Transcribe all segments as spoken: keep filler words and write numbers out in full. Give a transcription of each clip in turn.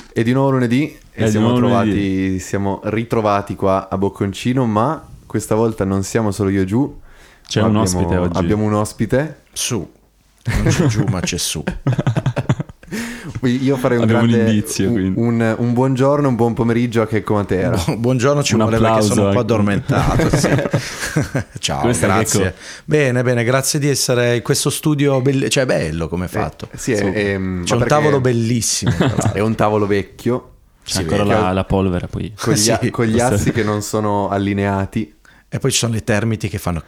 È di nuovo lunedì e È di siamo, nuovo trovati, lunedì. siamo ritrovati qua a Bocconcino, ma questa volta non siamo solo io e Giù. C'è ma un abbiamo- ospite oggi. Abbiamo un ospite. Su, non c'è giù ma c'è su. Io farei un Abbiamo un grande indizio, un, quindi. un, un buongiorno, un buon pomeriggio a Checco Matera. Bu- buongiorno, ci Un vuole perché applauso sono un po' anche. addormentato. Sì. Ciao, Come stai, grazie. Checco? Bene, bene, grazie di essere in questo studio, bell- cioè bello come è fatto. Eh, sì, è, è- ma C'è un perché tavolo bellissimo. tra l'altro. È un tavolo vecchio C'è Si ancora vede. la, la polvere poi. con gli, Sì. con gli assi che non sono allineati. E poi ci sono le termiti che fanno...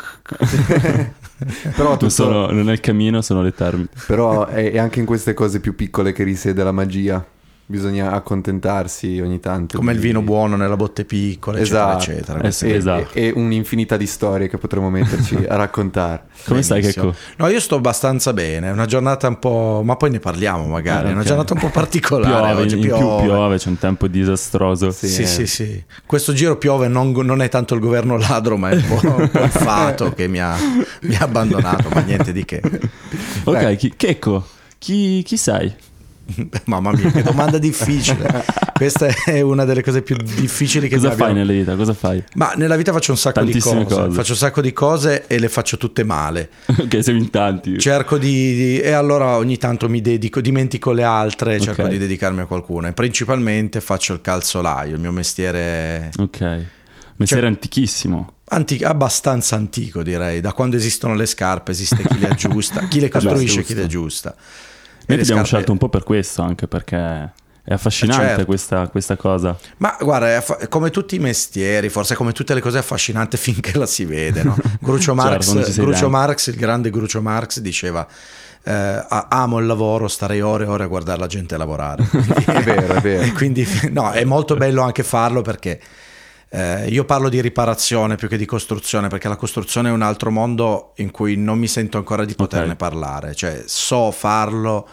Però, Non, tutto- sono, non è il camino, sono le termiti. però è, è anche in queste cose più piccole che risiede la magia. Bisogna accontentarsi ogni tanto. come il di- vino buono nella botte piccola, Esatto. eccetera, eccetera. Eh sì, e, esatto. e- e un'infinità di storie che potremmo metterci a raccontare. Come stai, Benissimo. Checco? No, io sto abbastanza bene, è una giornata un po'... ma poi ne parliamo magari, Eh, è una ok. giornata un po' particolare Piove, oggi, in più piove. piove, c'è un tempo disastroso. Sì. Sì, eh. sì, sì. Questo giro piove, non, non è tanto il governo ladro, ma è un po', un po' il fato che mi ha, mi ha abbandonato, ma niente di che. Ok, Beh. chi, Checco, chi, chi sei? Mamma mia, che domanda difficile. Questa è una delle cose più difficili che Cosa mi fai abbiano... nella vita? Cosa fai? Ma nella vita faccio un sacco di Tantissime cose. cose. Faccio un sacco di cose e le faccio tutte male. Ok, siamo in tanti. Cerco di, di- e allora ogni tanto mi dedico, dimentico le altre, cerco Ok. di dedicarmi a qualcuna. E principalmente faccio il calzolaio, il mio mestiere Ok. Mestiere Cioè- antichissimo. antico, abbastanza antico, direi. Da quando esistono le scarpe esiste chi le aggiusta, chi le costruisce e chi giusto. le aggiusta. E Noi le ti abbiamo scarpe- scelto un po' per questo, anche perché è affascinante Certo. questa, questa cosa. Ma guarda, è affa- come tutti i mestieri, forse come tutte le cose è affascinante finché la si vede, no? Groucho Marx, Certo, non ci sei Groucho dentro. Marx, il grande Groucho Marx diceva eh, "A- amo il lavoro, starei ore e ore a guardare la gente lavorare". È vero, è vero. E quindi no, è molto bello anche farlo perché eh, io parlo di riparazione più che di costruzione, perché la costruzione è un altro mondo in cui non mi sento ancora di poterne Ok. parlare, cioè so farlo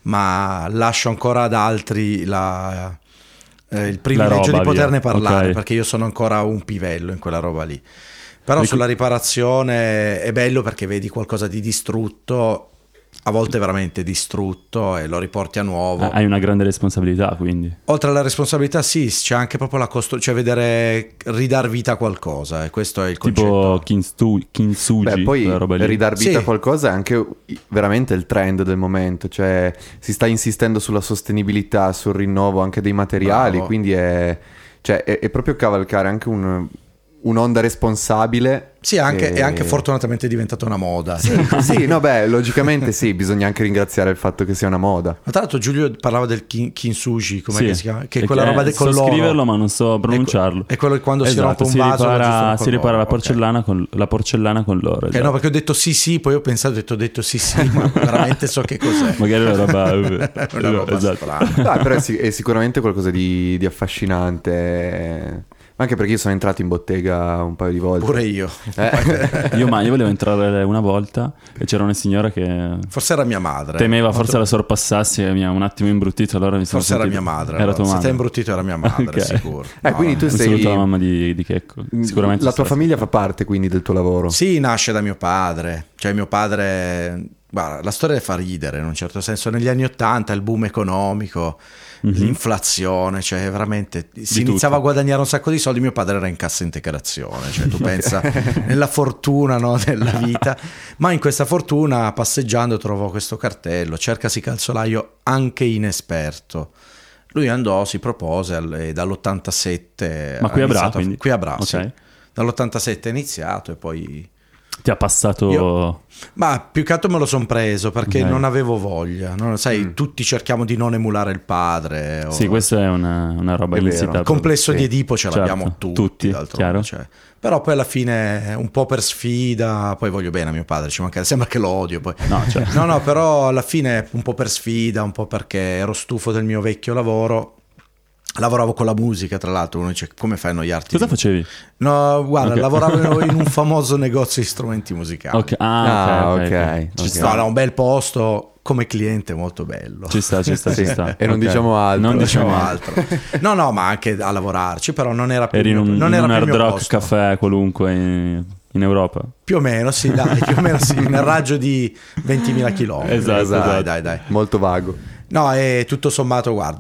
ma lascio ancora ad altri la, eh, il privilegio roba, di poterne via. parlare, Ok. perché io sono ancora un pivello in quella roba lì. Però E sulla riparazione è bello perché vedi qualcosa di distrutto, a volte veramente distrutto, e lo riporti a nuovo. Eh, Hai una grande responsabilità, quindi. Oltre alla responsabilità, sì, c'è anche proprio la costruzione, cioè vedere ridar vita a qualcosa, e questo è il concetto. Tipo Kintsu- Kintsugi, Beh, poi quella roba lì. ridar vita Sì. a qualcosa è anche veramente il trend del momento, cioè si sta insistendo sulla sostenibilità, sul rinnovo anche dei materiali, Bravo. quindi è, cioè, è, è proprio cavalcare anche un- un'onda responsabile. Sì, anche, e- è anche fortunatamente diventata una moda. Sì, no, beh, logicamente sì, bisogna anche ringraziare il fatto che sia una moda. Ma tra l'altro Giulio parlava del kin- kintsugi, come Sì. si chiama? Che è E quella roba de- con so l'oro. scriverlo, ma non so pronunciarlo. È quello che quando si rompe Esatto, un si vaso lo ripara, aggiustano con si ripara la l'oro, ok. porcellana, con, la porcellana con l'oro. Eh esatto. no, perché ho detto sì sì, poi ho pensato, ho detto, ho detto sì sì, ma veramente so che cos'è. Magari è una roba... Una roba esatto. strana. Dai, però è, sic- è sicuramente qualcosa di, di affascinante, anche perché io sono entrato in bottega un paio di volte. Pure io. Eh? Io, ma io volevo entrare una volta e c'era una signora che Forse era mia madre. temeva Molto- forse la sorpassassi e mi ha un attimo imbruttito, allora mi sono Forse era sentito- mia madre. Era allora. tua Se ti madre. è imbruttito era mia madre, Ok. sicuro. Eh, No, quindi no. tu Un sei... saluto alla mamma di, di Checco. Sicuramente La tua sarà- famiglia fa parte quindi del tuo lavoro? Sì, nasce da mio padre. Cioè mio padre... Guarda, la storia fa ridere in un certo senso. Negli anni Ottanta il boom economico, l'inflazione, cioè veramente si tutto. iniziava a guadagnare un sacco di soldi. Mio padre era in cassa integrazione, cioè tu pensa nella fortuna, no, nella vita. Ma in questa fortuna, passeggiando, trovò questo cartello: cercasi calzolaio anche inesperto. Lui andò, si propose al- e dall'ottantasette Ma qui ha a Bra, iniziato quindi? qui a Bra, Ok. sì. Dall'ottantasette è iniziato e poi... Ti ha passato... Io- Ma più che altro me lo son preso perché Ok. non avevo voglia, no? Sai, Mm. tutti cerchiamo di non emulare il padre. o- Sì, questa è una, una roba È vero. insita. il complesso Sì. di Edipo ce Certo, l'abbiamo tutti, tutti, d'altronde, chiaro. cioè. Però poi alla fine un po' per sfida, poi voglio bene a mio padre, ci manca, sembra che lo odio poi. No, cioè, No, no, però alla fine un po' per sfida, un po' perché ero stufo del mio vecchio lavoro. Lavoravo con la musica, tra l'altro, uno dice come fai a annoiarti? cosa facevi? No, guarda, Ok. lavoravo in un famoso negozio di strumenti musicali. Ok, ah, Ah, ok, ok, ok, ok. ok. Ci sta, No, no, un bel posto, come cliente molto bello. ci sta, ci sta, ci Sì, sta. e non Ok. diciamo altro. Non Non diciamo diciamo altro. altro. No, no, ma anche a lavorarci, però non era più Eri in il un, mio- non in era un più il hard mio rock posto. caffè qualunque in, in Europa. Più o meno, sì, dai, più o meno sì, nel raggio di ventimila chilometri. Esatto, dai, esatto. dai, dai. Molto vago. No, e tutto sommato, guarda,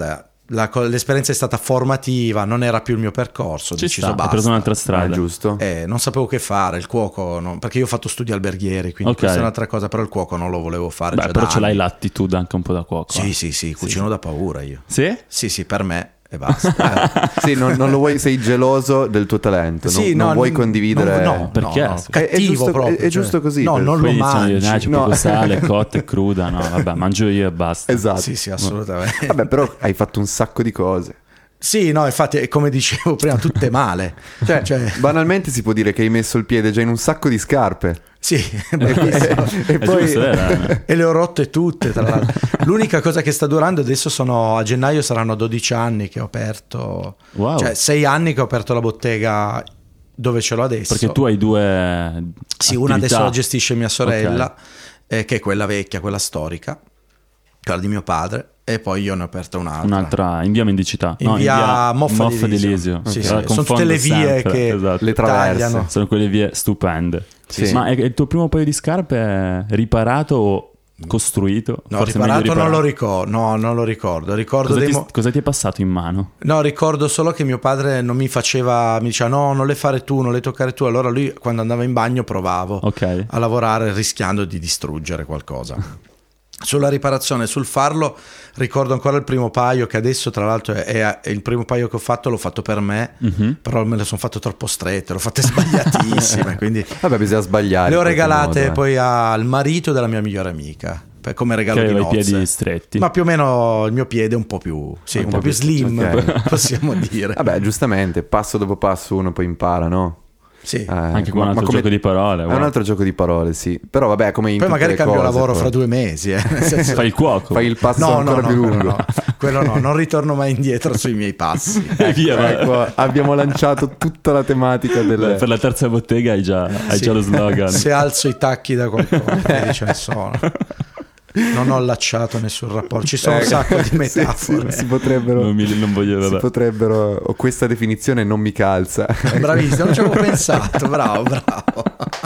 la co- l'esperienza è stata formativa, non era più il mio percorso, ho Ci deciso sta, hai basta. preso un'altra strada. Ah, giusto. Eh, non sapevo che fare, il cuoco, non- perché io ho fatto studi alberghieri, quindi Ok. questa è un'altra cosa, però il cuoco non lo volevo fare Beh, già però da ce l'hai anni. l'attitude anche un po' da cuoco. Sì, eh. sì, sì, cucino da paura io. Sì? Sì, sì, per me e basta. Sì, non, non lo vuoi, sei geloso del tuo talento, non, Sì, non no, vuoi non- condividere. no, no, Perché? no, no, È- è cattivo giusto- proprio, è- è giusto così, No, per- non Poi lo iniziano a dire, mangi. "Ah, c'è No. poco sale, cotta e cruda". No, vabbè, mangio io e basta. Esatto. Sì, sì, assolutamente. Vabbè, però hai fatto un sacco di cose. Sì, no, infatti, come dicevo prima, tutte male. Cioè, Cioè, banalmente si può dire che hai messo il piede già in un sacco di scarpe. sì, E, bravissimo. e È poi giusto, eh? E le ho rotte tutte, tra l'altro. L'unica cosa che sta durando adesso sono a gennaio saranno dodici anni che ho aperto, Wow. cioè sei anni che ho aperto la bottega dove ce l'ho adesso. Perché tu hai due Sì, una attività. adesso la gestisce mia sorella, eh, che è quella vecchia, quella storica, quella di mio padre, e poi io ne ho aperta un'altra. Un'altra in via Mendicità. In no, via Moffa di di Elisio. Elisio. Sì, Ok. sì, La sono tutte confondo le vie sempre, che esatto. le traverse. tagliano. Sono quelle vie stupende. Sì. Ma è è il tuo primo paio di scarpe è riparato o costruito? No, Forse è meglio riparato non lo riparato. ricordo, no, non lo ricordo. Ricordo Cosa dei ti, mo- cosa ti è passato in mano? No, ricordo solo che mio padre non mi faceva, mi diceva no, non le fare tu, non le toccare tu. Allora lui quando andava in bagno provavo Ok. a lavorare rischiando di distruggere qualcosa. Sulla riparazione, sul farlo, ricordo ancora il primo paio che adesso tra l'altro è, è- è il primo paio che ho fatto, l'ho fatto per me, Mhm. però me le sono fatto troppo strette, l'ho fatte sbagliatissime, quindi Vabbè, bisogna sbagliare. le ho in qualche regalate modo, eh. poi al marito della mia migliore amica, per- come regalo Che di aveva i nozze. piedi stretti. Ma più o meno il mio piede è un po' più, sì, un, po' più slim, ok. possiamo dire. Vabbè, giustamente, passo dopo passo uno poi impara, no? Sì. Eh, Anche con ma- un altro ma come- gioco di parole. È wow. un altro gioco di parole, sì. Però vabbè, come in Poi tutte magari le cambio cose, lavoro poi. fra due mesi. Eh. Nel senso- Fai il cuoco. Fai il passo No, no, ancora no, più quello lungo. no, quello no, non ritorno mai indietro sui miei passi. E via, va. Ecco, abbiamo lanciato tutta la tematica del... Per la terza bottega hai già, hai Sì. già lo slogan. Se alzo i tacchi da qualcosa, vedi, ce ne sono. Non ho allacciato nessun rapporto, ci sono un Ecco, sacco di sì, metafore. sì, si potrebbero... Non, mi, non voglio Si vabbè. potrebbero... O questa definizione non mi calza. Bravissimo, non ci avevo pensato, bravo, bravo.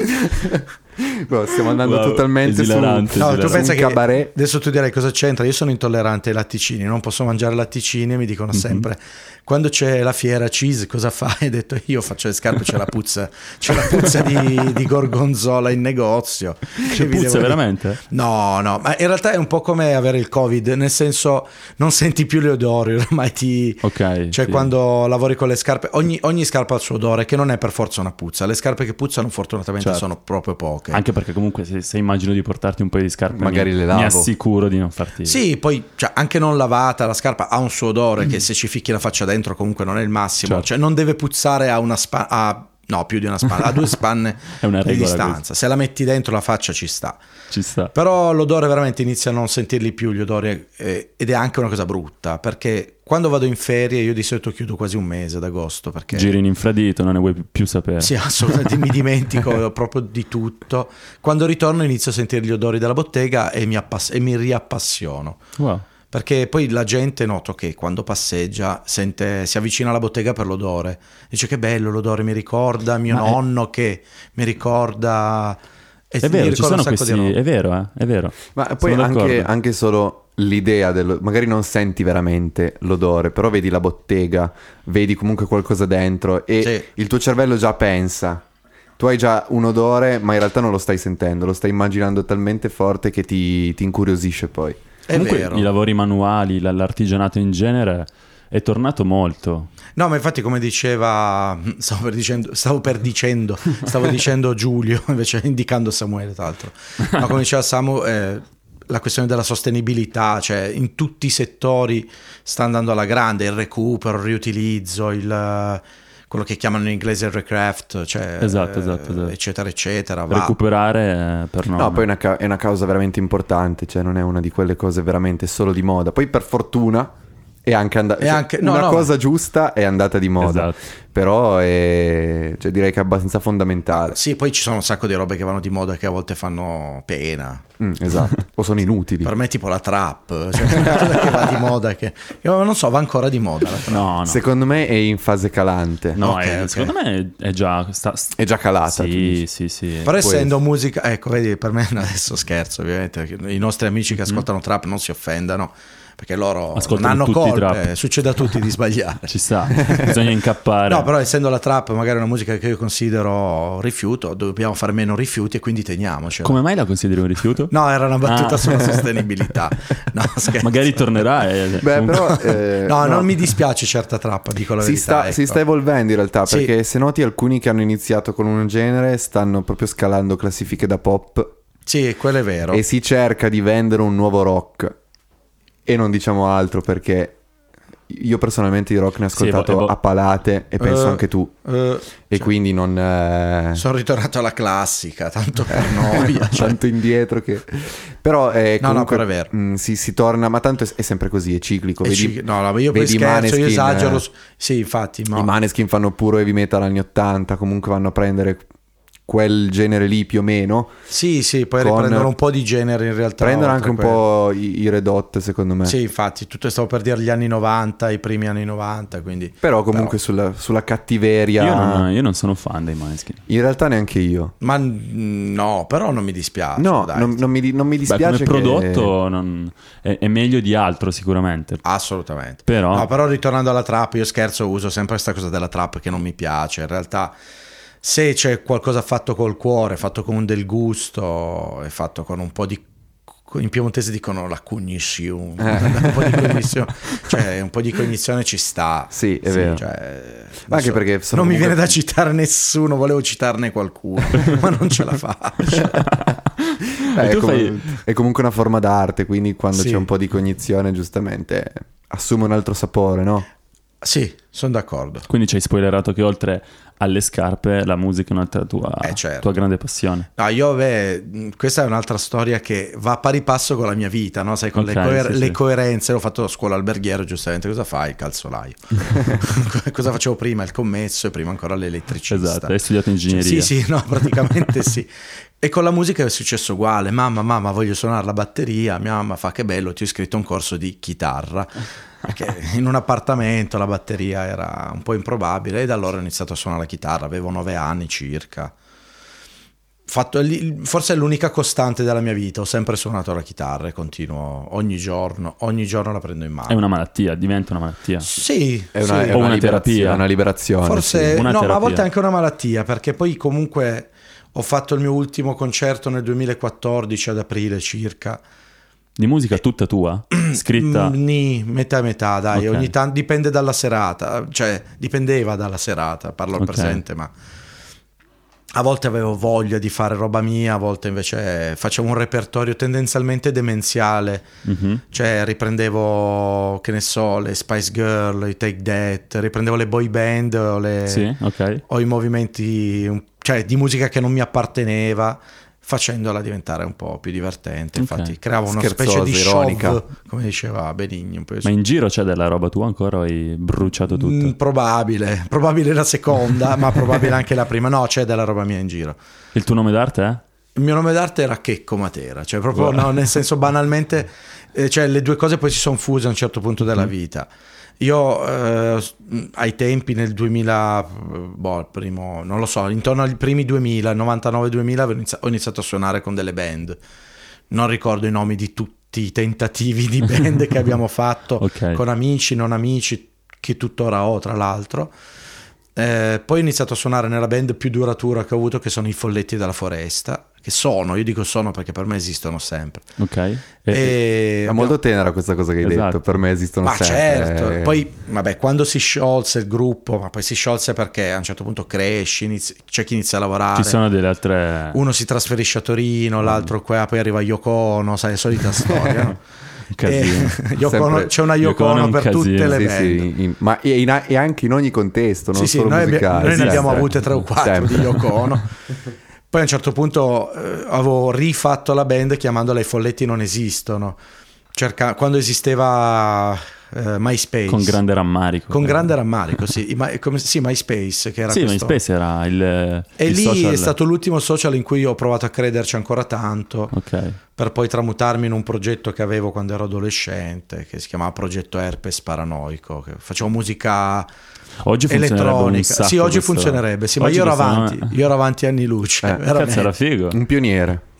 No, stiamo andando Wow, totalmente su, esilarante, No, tu esilarante. pensa un che cabaret. adesso tu direi cosa c'entra? Io sono intollerante ai latticini, non posso mangiare latticini e mi dicono sempre quando c'è la fiera cheese cosa fai? Ho detto io faccio le scarpe, c'è la puzza, c'è la puzza di, di gorgonzola in negozio. C'è Che vi puzza devo dire? veramente? No, no, ma in realtà è un po' come avere il Covid, nel senso non senti più gli odori, ormai ti... Ok. Cioè sì. quando lavori con le scarpe, ogni, ogni scarpa ha il suo odore che non è per forza una puzza, le scarpe che puzzano fortunatamente Certo. sono proprio poche. Anche perché comunque se, se immagino di portarti un paio di scarpe Magari mi, le lavo. mi assicuro di non farti... Sì, poi cioè, anche non lavata la scarpa ha un suo odore che se ci ficchi la faccia dentro comunque non è il massimo, Certo. cioè non deve puzzare a una spanna, a... no più di una spanna, a due spanne È una di regola distanza, se la metti dentro la faccia ci sta. Ci sta. Però l'odore veramente inizia a non sentirli più gli odori eh, ed è anche una cosa brutta perché quando vado in ferie io di solito chiudo quasi un mese ad agosto perché Giri in infradito, non ne vuoi più sapere. sì, assolutamente mi dimentico proprio di tutto. Quando ritorno inizio a sentire gli odori della bottega e mi, appass- e mi riappassiono. Wow. Perché poi la gente noto che quando passeggia sente, si avvicina alla bottega per l'odore. Dice che bello l'odore, mi ricorda mio Ma è- nonno che mi ricorda... E È mi vero, ci ricorda sono un sacco di questi... roba. È vero, eh? È vero. Ma poi Sono anche, d'accordo. anche solo l'idea del... Magari non senti veramente l'odore, però vedi la bottega, vedi comunque qualcosa dentro e Sì. il tuo cervello già pensa. Tu hai già un odore, ma in realtà non lo stai sentendo, lo stai immaginando talmente forte che ti, ti incuriosisce poi. È Comunque vero. i lavori manuali, l- l'artigianato in genere è tornato molto. No, ma infatti come diceva, stavo per dicendo, stavo per dicendo, stavo dicendo Giulio, invece indicando Samuele tra l'altro. Ma come diceva Samu, eh, la questione della sostenibilità, cioè in tutti i settori sta andando alla grande, il recupero, il riutilizzo, il... quello che chiamano in inglese il recraft, cioè, Esatto, esatto, esatto. eccetera, eccetera. Va. Recuperare eh, per nome. No, poi è una, ca- è una causa veramente importante, cioè non è una di quelle cose veramente solo di moda. Poi per fortuna è anche andata... E anche- no, una no. cosa giusta è andata di moda, Esatto. però è, cioè, direi che è abbastanza fondamentale. Sì, poi ci sono un sacco di robe che vanno di moda che a volte fanno pena. Mm, esatto, o sono inutili. Per me tipo la trap, cioè una cosa che va di moda che... Io non so, va ancora di moda la trap. No, no. Secondo me è in fase calante. No, Ok, è- ok. secondo me è già... Sta, È già calata. tu sì, dici. sì, sì. Però Può essendo musica, ecco, vedi, per me adesso scherzo, ovviamente, i nostri amici Mhm. che ascoltano trap non si offendano, perché loro Ascoltano non hanno tutti i colpe, trap. succede a tutti di sbagliare. Ci sta, bisogna incappare. No, però essendo la trap magari una musica che io considero rifiuto, dobbiamo fare meno rifiuti e quindi teniamocela. Come mai la consideri un rifiuto? No, era una battuta Ah. sulla sostenibilità. No, scherzo. Magari tornerà e... Beh, però... eh, No, non mi dispiace certa trap, dico la si verità. sta, ecco. si sta evolvendo in realtà, Sì. perché se noti alcuni che hanno iniziato con un genere stanno proprio scalando classifiche da pop Sì, quello è vero. e si cerca di vendere un nuovo rock. E non diciamo altro, perché io personalmente di rock ne ho Sì, evo- ascoltato evo- a palate e penso Eh, anche tu. eh, E quindi non... eh, sono ritornato alla classica, tanto per noia. Cioè. tanto indietro che... Però eh, No, no, comunque però è vero. mh, si, si torna, ma tanto è, è sempre così, è ciclico. E Vedi, ci- no, no, io poi vedi scherzo, io Maneskin, esagero. eh, su- Sì, infatti, ma... I Maneskin fanno puro heavy metal anni ottanta, comunque vanno a prendere quel genere lì più o meno. Sì, sì, poi con- riprendono un po' di genere in realtà. Prendono oltre anche un quello. po' i, i Red Hot, secondo me. Sì, infatti, tutto stavo per dire gli anni novanta, i primi anni novanta, quindi... Però comunque sulla, sulla cattiveria... Io non, io non sono fan dei Maneskin. In realtà neanche io. Ma mm, no, però non mi dispiace. No, dai. non, non mi, di- non mi Beh, dispiace come che- prodotto non- è, è meglio di altro sicuramente. Assolutamente. Però- No, però ritornando alla trap, io scherzo, uso sempre questa cosa della trap che non mi piace. In realtà, se c'è qualcosa fatto col cuore, fatto con del gusto, è fatto con un po' di... In piemontese dicono la cognizione, un po' di cognizione, cioè un po' di cognizione ci sta. Sì, è vero. Cioè, Ma anche adesso perché sono non mi comunque- viene da citare nessuno, volevo citarne qualcuno, ma non ce la faccio. Eh, E è, tu com- fai- è comunque una forma d'arte, quindi quando Sì. c'è un po' di cognizione, giustamente assume un altro sapore, no? Sì, sono d'accordo. Quindi ci hai spoilerato che oltre alle scarpe la musica è un'altra tua, Eh, certo. tua grande passione. No, io beh, mh, questa è un'altra storia che va a pari passo con la mia vita, no? Sai, con Ok, le, coer- sì, le sì. coerenze. Ho fatto scuola alberghiero, giustamente. Cosa fai? Il calzolaio. Cosa facevo prima? Il commesso e prima ancora l'elettricista. Esatto, hai studiato ingegneria. Sì, sì, no, praticamente sì. E con la musica è successo uguale. Mamma, mamma, voglio suonare la batteria. Mia mamma fa che bello, ti ho iscritto a un corso di chitarra. Perché in un appartamento la batteria era un po' improbabile e da allora ho iniziato a suonare la chitarra. Avevo nove anni circa. Fatto, forse è l'unica costante della mia vita. Ho sempre suonato la chitarra e continuo ogni giorno. Ogni giorno la prendo in mano. È una malattia, diventa una malattia. Sì, È una, sì. è O una una liberazio- terapia. una liberazione. Forse sì. Una no, ma a terapia. volte è anche una malattia, perché poi comunque ho fatto il mio ultimo concerto nel duemilaquattordici ad aprile circa. Di musica tutta tua? Scritta? Mm, Ni, metà e metà, dai, Ok. ogni tanto dipende dalla serata, cioè dipendeva dalla serata, parlo al Ok. presente, ma a volte avevo voglia di fare roba mia, a volte invece facevo un repertorio tendenzialmente demenziale. Mhm. Cioè riprendevo, che ne so, le Spice Girl, i Take That, riprendevo le boy band o, le, Sì, ok. o i movimenti, un- cioè di musica che non mi apparteneva, facendola diventare un po' più divertente. Ok. Infatti creavo una Scherzosa, specie di ironica. show, come diceva Benigni. Un po' Ma in giro c'è della roba tua ancora o hai bruciato tutto? Mm, probabile, probabile la seconda, ma probabile anche la prima. No, c'è della roba mia in giro. Il tuo nome d'arte è? Il mio nome d'arte era Checco Matera, cioè proprio no, nel senso banalmente, eh, cioè le due cose poi si sono fuse a un certo punto della vita. Io eh, ai tempi nel duemila, boh, il primo, non lo so, intorno ai primi duemila, novantanove duemila ho iniziato, ho iniziato a suonare con delle band. Non ricordo i nomi di tutti i tentativi di band che abbiamo fatto Ok. con amici, non amici, che tuttora ho tra l'altro. Eh, poi ho iniziato a suonare nella band più duratura che ho avuto, che sono i Folletti della Foresta, che sono, io dico sono perché per me esistono sempre. Ok. E- E È molto tenera questa cosa che hai Esatto. detto, per me esistono ma sempre. certo, eh. poi vabbè, quando si sciolse il gruppo, ma poi si sciolse perché a un certo punto cresci, inizi- c'è chi inizia a lavorare, Ci sono delle altre... uno si trasferisce a Torino, l'altro qua, poi arriva Yoko Ono, sai, la solita storia, no? Casino. E Yoko Ono- Sempre- c'è una Yoko Yoko Ono è Ono un per casino. tutte le Sì, band. sì, in- ma e, in- e anche in ogni contesto, non Sì, sì, solo noi, abbia- musicale. noi ne abbiamo Sempre. avute tre o quattro Sempre. di Yoko Ono. Poi a un certo punto eh, avevo rifatto la band chiamandola I Folletti Non Esistono, Cerca- quando esisteva eh, MySpace. Con grande rammarico. Con grande rammarico, sì, Ma- come- sì, MySpace, che era Sì, questo. MySpace era il, E il lì social. è stato l'ultimo social in cui ho provato a crederci ancora tanto, Ok. per poi tramutarmi in un progetto che avevo quando ero adolescente, che si chiamava Progetto Herpes Paranoico, che facevo musica Oggi funzionerebbe un elettronica. sacco Sì, oggi questo- funzionerebbe, sì, ma Oggi io ero questo avanti, nome- io ero avanti anni luce, Eh, veramente. Cazzo, era figo. Un pioniere.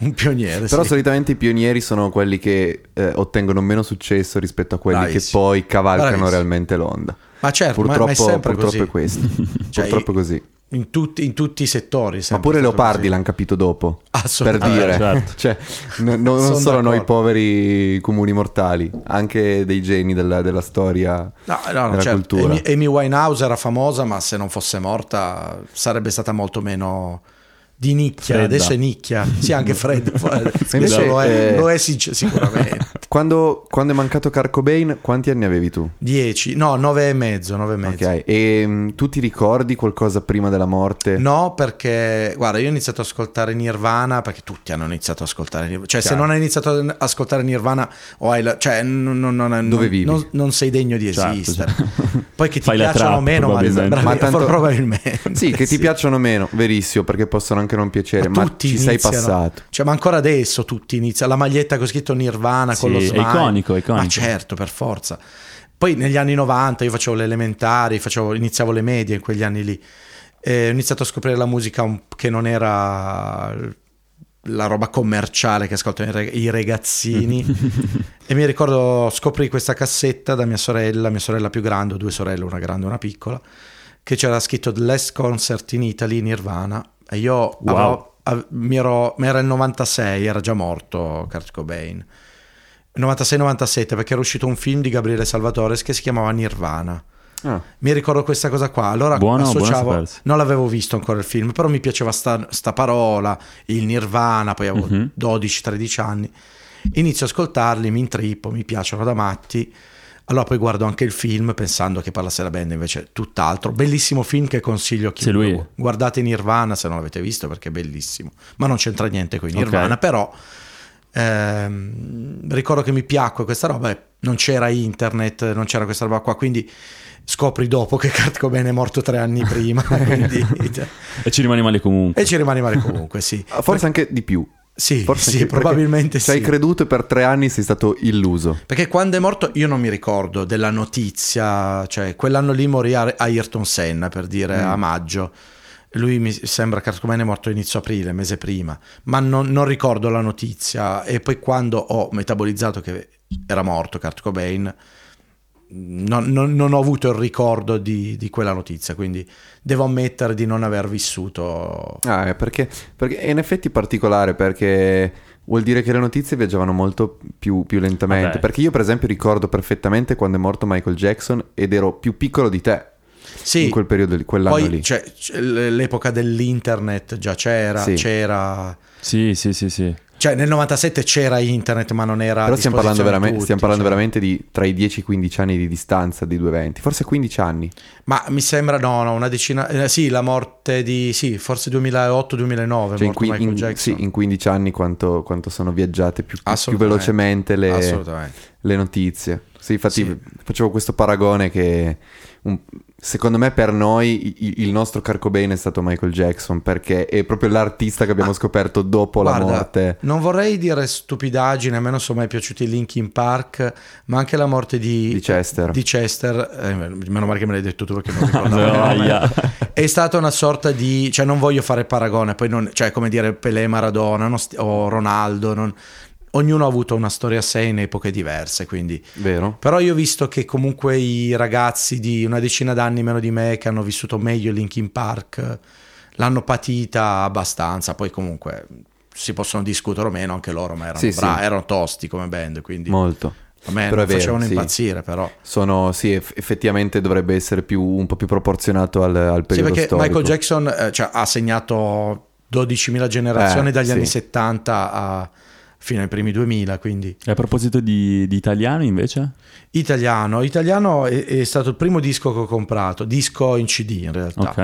Un pioniere, Però sì. solitamente i pionieri sono quelli che eh, ottengono meno successo rispetto a quelli Bravissimo. che poi cavalcano Bravissimo. realmente l'onda. Ma certo, ma- Purtroppo, ma è sempre purtroppo così. è questo. Cioè, purtroppo è così. In tutti, in tutti i settori. è Ma sempre pure stato Leopardi così. l'hanno capito dopo. Per Assolutamente. dire, Eh, certo. cioè, no- no- non Sono solo noi d'accordo. poveri comuni mortali, anche dei geni della, della storia, No, no, no, della certo. cultura. Amy, Amy Winehouse era famosa, ma se non fosse morta sarebbe stata molto meno di nicchia. Fredda. Adesso è nicchia, sì, anche fredda. Adesso Invece, lo è, eh, lo è sinc- sicuramente. Quando, quando è mancato Kurt Cobain, quanti anni avevi tu? Dieci, no, nove e mezzo, nove e mezzo. Ok, e mh, tu ti ricordi qualcosa prima della morte? No, perché guarda, io ho iniziato ad ascoltare Nirvana perché tutti hanno iniziato ad ascoltare Nirvana. Cioè, Chiaro. se non hai iniziato ad ascoltare Nirvana, o hai la- cioè, non, non- non- Dove non- vivi? non- non sei degno di Certo, esistere. certo. Poi che ti Fai la piacciono trap, meno, ma, probabilmente. bravi- Ma tanto- probabilmente. Sì, che ti piacciono meno, verissimo, perché possono anche non piacere, ma, tutti ci sei iniziano. passato. Cioè, ma ancora adesso tutti iniziano. La maglietta con scritto Nirvana con Sì, lo è smile. iconico, è iconico. Ma certo, per forza. Poi negli anni novanta io facevo le elementari, facevo, iniziavo le medie in quegli anni lì. E ho iniziato a scoprire la musica un- che non era la roba commerciale che ascoltano i rag- i ragazzini. E mi ricordo, scoprì questa cassetta da mia sorella, mia sorella più grande, ho due sorelle, una grande e una piccola, che c'era scritto The Last Concert in Italy, Nirvana. E io Wow. avevo- av- mi ero, ma era il novantasei, era già morto Kurt Cobain. novantasei novantasette, perché era uscito un film di Gabriele Salvatores che si chiamava Nirvana. Ah, Mi ricordo questa cosa qua. Allora Buono, buono associavo, sapersi. non l'avevo visto ancora il film, però mi piaceva sta, sta parola, il Nirvana. Poi avevo Mhm. dodici tredici anni. Inizio a ascoltarli, mi intrippo, mi piacciono da matti. Allora poi guardo anche il film pensando che parlasse la band, invece tutt'altro. Bellissimo film che consiglio a Sì, chiunque. lui. Guardate Nirvana se non l'avete visto perché è bellissimo. Ma non c'entra niente con i Nirvana, Ok. però ehm, ricordo che mi piacque questa roba. E non c'era internet, non c'era questa roba qua, quindi scopri dopo che Kurt Cobain è morto tre anni prima. quindi, E ci rimani male comunque. e ci rimane male comunque, sì. forse anche di più. Sì, Forse sì, anche- perché probabilmente ci hai sì. creduto e per tre anni sei stato illuso. Perché quando è morto io non mi ricordo della notizia, cioè quell'anno lì morì a- Ayrton Senna, per dire, Mm. a maggio. Lui mi sembra che Kurt Cobain è morto inizio aprile, mese prima, ma non, non ricordo la notizia. E poi quando ho metabolizzato che era morto Kurt Cobain, non, non- non ho avuto il ricordo di, di quella notizia, quindi devo ammettere di non aver vissuto. Ah, eh, perché, perché è in effetti particolare, perché vuol dire che le notizie viaggiavano molto più, più lentamente. Vabbè. Perché io per esempio ricordo perfettamente quando è morto Michael Jackson ed ero più piccolo di te Sì, in quel periodo, lì, quell'anno poi lì. c'è- c'è l'epoca dell'internet già c'era, Sì. c'era... Sì, sì, sì, sì. Cioè nel novantasette c'era internet, ma non era a Però stiamo parlando, disposizione veramente, tutti, stiamo parlando cioè. veramente di tra i dieci e i quindici anni di distanza di due eventi, forse quindici anni. Ma mi sembra, no, no, una decina, eh, sì, la morte di, sì, forse duemilaotto duemilanove, Cioè in, morto qui- Michael in- Jackson. sì, in quindici anni quanto, quanto sono viaggiate più, più Assolutamente. velocemente le, Assolutamente. le notizie. Sì, infatti Sì. facevo questo paragone che un- secondo me per noi i- il nostro Kurt Cobain è stato Michael Jackson, perché è proprio l'artista che abbiamo Ah, scoperto dopo Guarda, la morte. non vorrei dire stupidaggine, a me non sono mai piaciuti i Linkin Park, ma anche la morte di, Di Chester. di Chester, eh, meno male che me l'hai detto tu perché non ricordavo il No, nome. aia. È stata una sorta di, cioè non voglio fare paragone, poi non, cioè come dire Pelé, Maradona non sti- o Ronaldo, non- ognuno ha avuto una storia a sé in epoche diverse, quindi Vero? però io ho visto che comunque i ragazzi di una decina d'anni meno di me che hanno vissuto meglio Linkin Park l'hanno patita abbastanza, poi comunque si possono discutere o meno, anche loro ma erano, Sì, bra- sì. erano tosti come band, quindi Molto. a me Però non è vero, facevano sì. impazzire, però Sono, sì, eff- effettivamente dovrebbe essere più, un po' più proporzionato al, al sì, periodo perché storico. Michael Jackson eh, cioè, ha segnato dodicimila generazioni Eh, dagli sì. anni settanta a, fino ai primi duemila, quindi E a proposito di, di italiano invece? italiano italiano è, è stato il primo disco che ho comprato, disco in C D in realtà. Ok.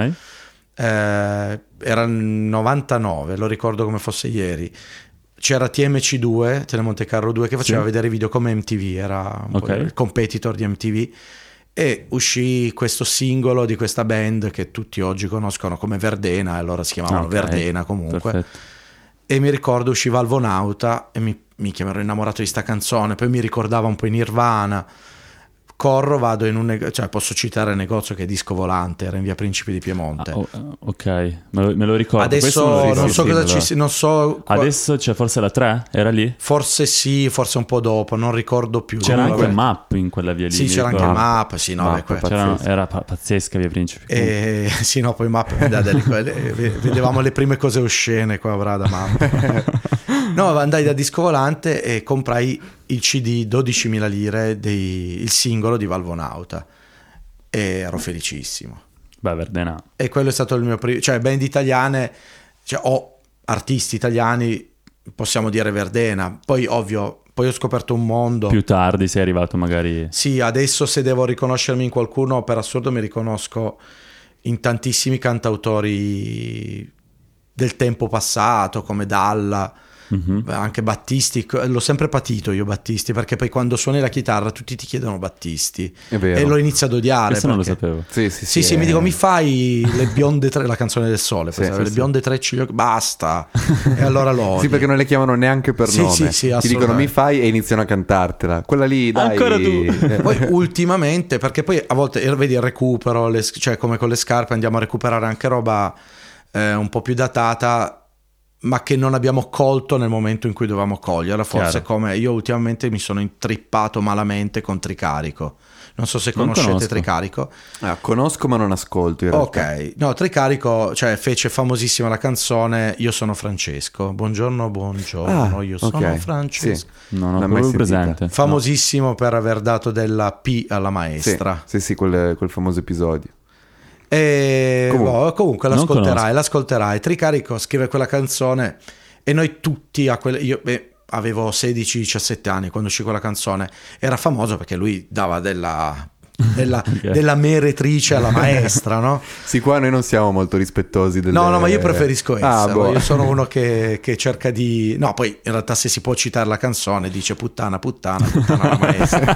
Eh, era il novantanove, lo ricordo come fosse ieri. C'era T M C due, Telemonte Carlo due, che faceva Sì. vedere video come M T V, era un po' Ok. il competitor di M T V, e uscì questo singolo di questa band che tutti oggi conoscono come Verdena, e allora si chiamavano Ok, Verdena comunque. Perfetto. E mi ricordo usciva Alvonauta e mi, mi ero innamorato di sta canzone, poi mi ricordava un po' i Nirvana, corro, vado in un negozio, cioè posso citare il negozio che è Disco Volante, era in via Principi di Piemonte. Ah, oh, ok, me lo, me lo ricordo. Adesso Questo me lo non so sì, cosa sì, ci me si- lo- non so qua- Adesso c'è forse la tre? Era lì? forse sì, forse un po' dopo, non ricordo più. C'era Comunque- anche Map in quella via lì. Sì, mi c'era anche ricordo. Map, sì, no, Map, beh, que- C'era- pazzesco. era pa- pazzesca via Principi. E, sì, no, poi Map, da- da- da- vedevamo le prime cose oscene qua brava, da Map. No, andai da Disco Volante e comprai il C D dodicimila lire, dei, il singolo di Valvonauta, e ero felicissimo. Beh, Verdena. E quello è stato il mio primo, cioè band italiane, cioè, o artisti italiani, possiamo dire Verdena, poi ovvio, poi ho scoperto un mondo. Più tardi sei arrivato magari... Sì, adesso se devo riconoscermi in qualcuno, per assurdo mi riconosco in tantissimi cantautori del tempo passato, come Dalla, Mhm. anche Battisti. L'ho sempre patito io Battisti, perché poi quando suoni la chitarra tutti ti chiedono Battisti È vero. e lo inizio ad odiare. Questo non lo perché- sapevo. Sì, sì, Sì, sì, è- mi dico, mi fai le bionde tre, la canzone del sole, Sì, poi, sì, le sì. bionde trecce, gli occhi, basta. E allora lo odio. Sì, perché non le chiamano neanche per Sì, nome. sì, sì, Ti dicono assolutamente. mi fai e iniziano a cantartela. Quella lì, dai. Ancora tu. Eh, Poi ultimamente, perché poi a volte eh, vedi il recupero, le- cioè come con le scarpe andiamo a recuperare anche roba eh, un po' più datata, ma che non abbiamo colto nel momento in cui dovevamo coglierla. Forse Chiaro. come io ultimamente mi sono intrippato malamente con Tricarico. Non so se Non conoscete conosco. Tricarico. ah, conosco ma non ascolto in realtà. Ok, no, Tricarico, cioè fece famosissima la canzone Io sono Francesco. Buongiorno, buongiorno, Ah, io ok. sono Francesco. Sì. Non ho Non l'ho mai proprio sentita. presente. Famosissimo per aver dato della P alla Sì, maestra. sì, sì, quel, quel famoso episodio. E Comunque. boh, comunque Non l'ascolterai, conosco. l'ascolterai. Tricarico scrive quella canzone e noi tutti a quelle, io beh, avevo sedici diciassette anni quando uscì quella canzone, era famoso perché lui dava della della, Ok. della meretrice alla maestra, no? Sì, qua noi non siamo molto rispettosi delle... No, no, ma io preferisco Ah, esserlo. boh. Io sono uno che, che cerca di... No, poi in realtà se si può citare la canzone dice puttana, puttana, puttana alla maestra.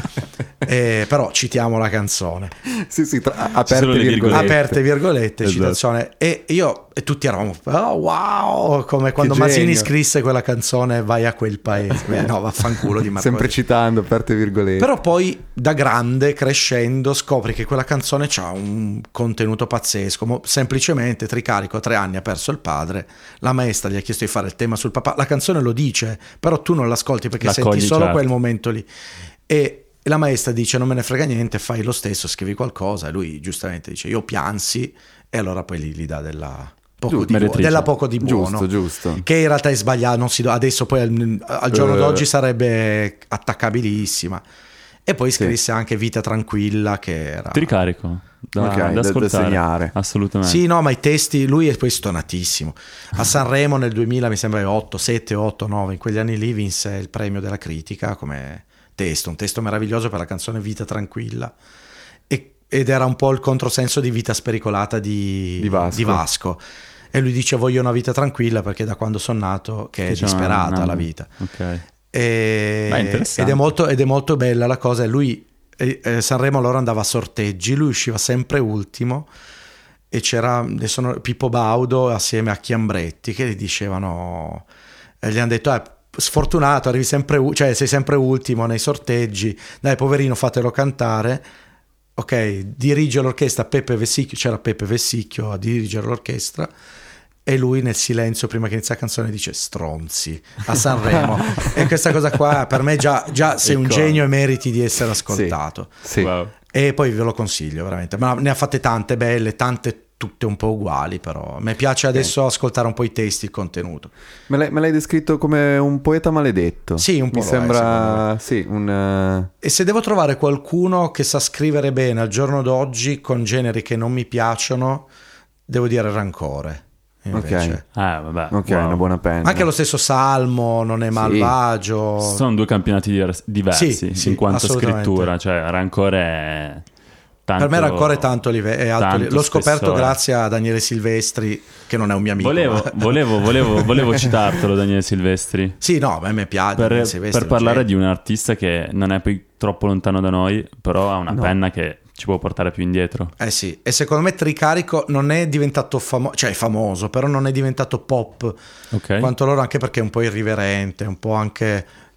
Eh, però citiamo la canzone. Sì, sì, tra- sono aperte le virgolette. virgolette. Aperte virgolette, Esatto. citazione. E io e tutti eravamo oh, wow, come quando genio. Masini scrisse quella canzone Vai a quel paese. Beh, no, vaffanculo di Marco. Sempre citando, aperte virgolette. Però poi da grande, crescendo, scopri che quella canzone ha un contenuto pazzesco. Mo- semplicemente Tricarico a tre anni ha perso il padre, la maestra gli ha chiesto di fare il tema sul papà, la canzone lo dice, però tu non l'ascolti perché La senti cogli, solo certo. quel momento lì. E la maestra dice non me ne frega niente, fai lo stesso, scrivi qualcosa, e lui giustamente dice io piansi, e allora poi gli, gli dà della poco, Giusto, di, buono, meretrice. della poco di buono. Giusto, giusto. Che in realtà è sbagliato, non si do- adesso poi al, al giorno Eh. d'oggi sarebbe attaccabilissima. E poi Sì. scrisse anche Vita tranquilla, che era... Ti ricarico da, Ok, da da- da ascoltare. segnare. Assolutamente. Sì, no, ma i testi, lui è poi stonatissimo. A Sanremo nel duemila, mi sembra otto, sette, otto, nove, in quegli anni lì vinse il premio della critica come testo, un testo meraviglioso per la canzone Vita tranquilla. E- ed era un po' il controsenso di Vita spericolata di, Di Vasco. di Vasco. E lui dice voglio una vita tranquilla perché da quando sono nato che, Che è c'è una- disperata una- la vita. Ok. E- Beh, interessante. ed, è molto, ed è molto bella la cosa. E lui eh, eh, Sanremo allora andava a sorteggi, lui usciva sempre ultimo e c'era adesso no- Pippo Baudo assieme a Chiambretti che gli dicevano, eh, gli hanno detto eh, sfortunato, arrivi sempre u- cioè sei sempre ultimo nei sorteggi, dai poverino fatelo cantare. Ok, dirige l'orchestra Peppe Vessicchio, c'era Peppe Vessicchio a dirigere l'orchestra. E lui nel silenzio prima che inizia la canzone dice stronzi a Sanremo. E questa cosa qua per me già, già sei un Ecco. genio e meriti di essere ascoltato. Sì. Wow. E poi ve lo consiglio veramente, ma ne ha fatte tante belle, tante tutte un po' uguali, però a me piace adesso ascoltare un po' i testi, il contenuto. Me l'hai, me l'hai descritto come un poeta maledetto. Sì, un po' Mi lo è, sembra, sì, un... eh, E se devo trovare qualcuno che sa scrivere bene al giorno d'oggi con generi che non mi piacciono, devo dire Rancore. Invece. Ah, vabbè. Ok, wow. una buona penna. Anche lo stesso Salmo non è malvagio. Sono due campionati diver- diversi Sì, sì, in quanto assolutamente. scrittura, cioè Rancore è tanto, Per me Rancore è tanto livello, è alto tanto livello. L'ho scoperto spessore. grazie a Daniele Silvestri, che non è un mio amico. Volevo, ma- volevo, volevo, volevo citartelo Daniele Silvestri Sì, no, a me piace. Daniele per, Silvestri per è un parlare genio. di un artista che non è poi troppo lontano da noi, però ha una No. penna che ci può portare più indietro. Eh sì, e secondo me Tricarico non è diventato famoso, cioè è famoso, però non è diventato pop Ok. quanto loro, anche perché è un po' irriverente, un po' anche...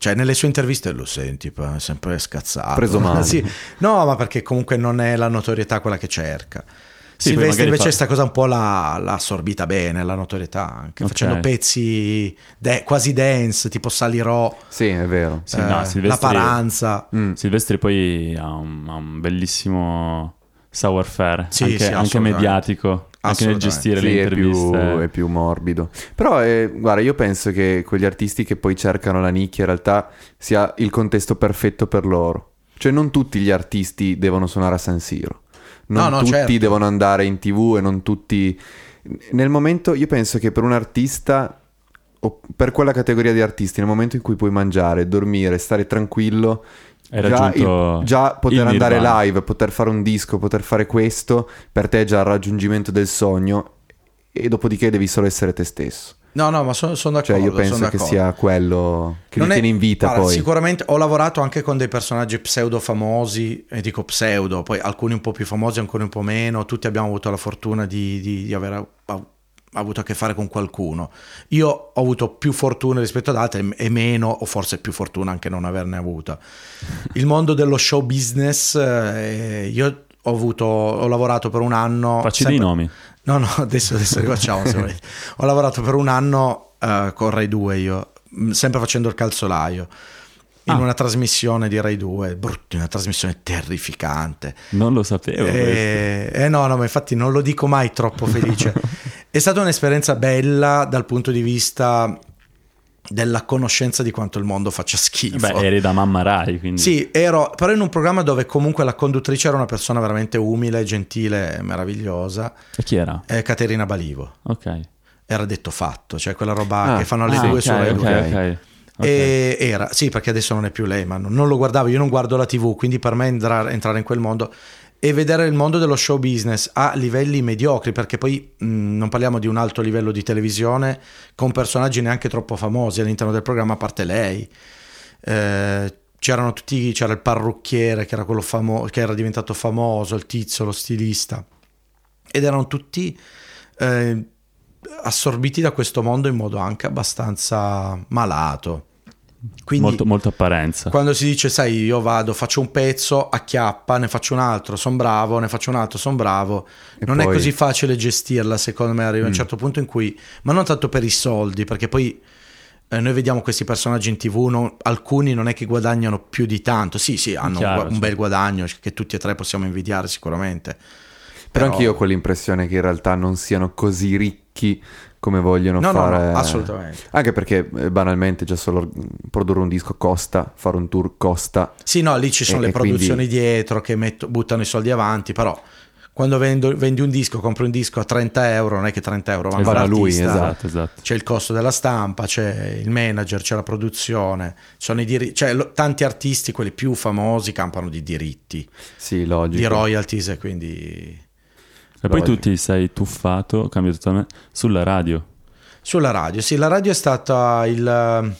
Cioè nelle sue interviste lo senti, è sempre scazzato. Preso male. Sì. No, ma perché comunque non è la notorietà quella che cerca. Sì, Silvestri invece fa... sta cosa un po' l'ha, l'ha assorbita bene, la notorietà anche, okay. Facendo pezzi de- quasi dance, tipo Salirò. Sì, è vero. Sì, eh, no, Silvestri... La Paranza. Mm. Silvestri poi ha un, ha un bellissimo savoir-faire, sì, anche, sì, anche mediatico, anche nel gestire sì, le interviste. È più, è più morbido. Però, eh, guarda, io penso che quegli artisti che poi cercano la nicchia in realtà sia il contesto perfetto per loro. Cioè non tutti gli artisti devono suonare a San Siro. Non no, no, tutti certo. devono andare in tv e non tutti... Nel momento, io penso che per un artista, o per quella categoria di artisti, nel momento in cui puoi mangiare, dormire, stare tranquillo, già, il, già poter andare live, poter fare un disco, poter fare questo, per te è già il raggiungimento del sogno, e dopodiché devi solo essere te stesso. No, no, ma sono, sono d'accordo. Cioè io penso che sia quello che non li tiene in vita. Guarda, poi sicuramente ho lavorato anche con dei personaggi pseudo famosi, e dico pseudo, poi alcuni un po' più famosi, alcuni un po' meno, tutti abbiamo avuto la fortuna di, di, di aver avuto a che fare con qualcuno. Io ho avuto più fortuna rispetto ad altri e meno, o forse più fortuna anche non averne avuta. Il mondo dello show business, eh, io ho avuto, ho lavorato per un anno. Facci sempre... dei nomi. No, no, adesso, adesso rifacciamo se volete. Ho lavorato per un anno uh, con Rai due io, sempre facendo il calzolaio, in ah. una trasmissione di Rai due, brutta, una trasmissione terrificante. Non lo sapevo. E, eh no, no, ma infatti non lo dico mai troppo felice. È stata un'esperienza bella dal punto di vista della conoscenza di quanto il mondo faccia schifo. Beh, eri da mamma Rai, quindi. Sì, ero però in un programma dove comunque la conduttrice era una persona veramente umile, gentile, meravigliosa. E chi era? Eh, Caterina Balivo. Ok. Era detto fatto, cioè quella roba ah, che fanno alle ah, due okay, su Rai due. ok, ok. Okay. E era, sì, perché adesso non è più lei, ma non, non lo guardavo, io non guardo la tivù, quindi per me entrare, entrare in quel mondo e vedere il mondo dello show business a livelli mediocri, perché poi mh, non parliamo di un alto livello di televisione con personaggi neanche troppo famosi all'interno del programma, a parte lei. Eh, c'erano tutti, c'era il parrucchiere che era quello famoso, che era diventato famoso, il tizio, lo stilista, ed erano tutti eh, assorbiti da questo mondo in modo anche abbastanza malato. Quindi, molto, molto apparenza. Quando si dice, sai, io vado, faccio un pezzo, acchiappa, ne faccio un altro, son bravo, ne faccio un altro, son bravo, e non poi... è così facile gestirla, secondo me arriva mm. a un certo punto in cui, ma non tanto per i soldi, perché poi eh, noi vediamo questi personaggi in tv, non, alcuni non è che guadagnano più di tanto, sì sì, hanno Chiaro, un, un bel guadagno che tutti e tre possiamo invidiare sicuramente. Però, Però anche io ho quell'impressione che in realtà non siano così ricchi come vogliono no, fare. No, no, assolutamente. Anche perché eh, banalmente già solo produrre un disco costa, fare un tour costa. Sì, no, lì ci sono e, le e produzioni quindi... dietro che metto, buttano i soldi avanti, però quando vendo, vendi un disco, compri un disco a trenta euro, non è che trenta euro vanno esatto, all'artista. Lui, esatto, esatto. C'è il costo della stampa, c'è il manager, c'è la produzione, sono i diritti, cioè lo, tanti artisti, quelli più famosi, campano di diritti. Sì, logico. Di royalties, e quindi... E poi tu ti sei tuffato, cambio totalmente, sulla radio. Sulla radio, sì, la radio è stata il...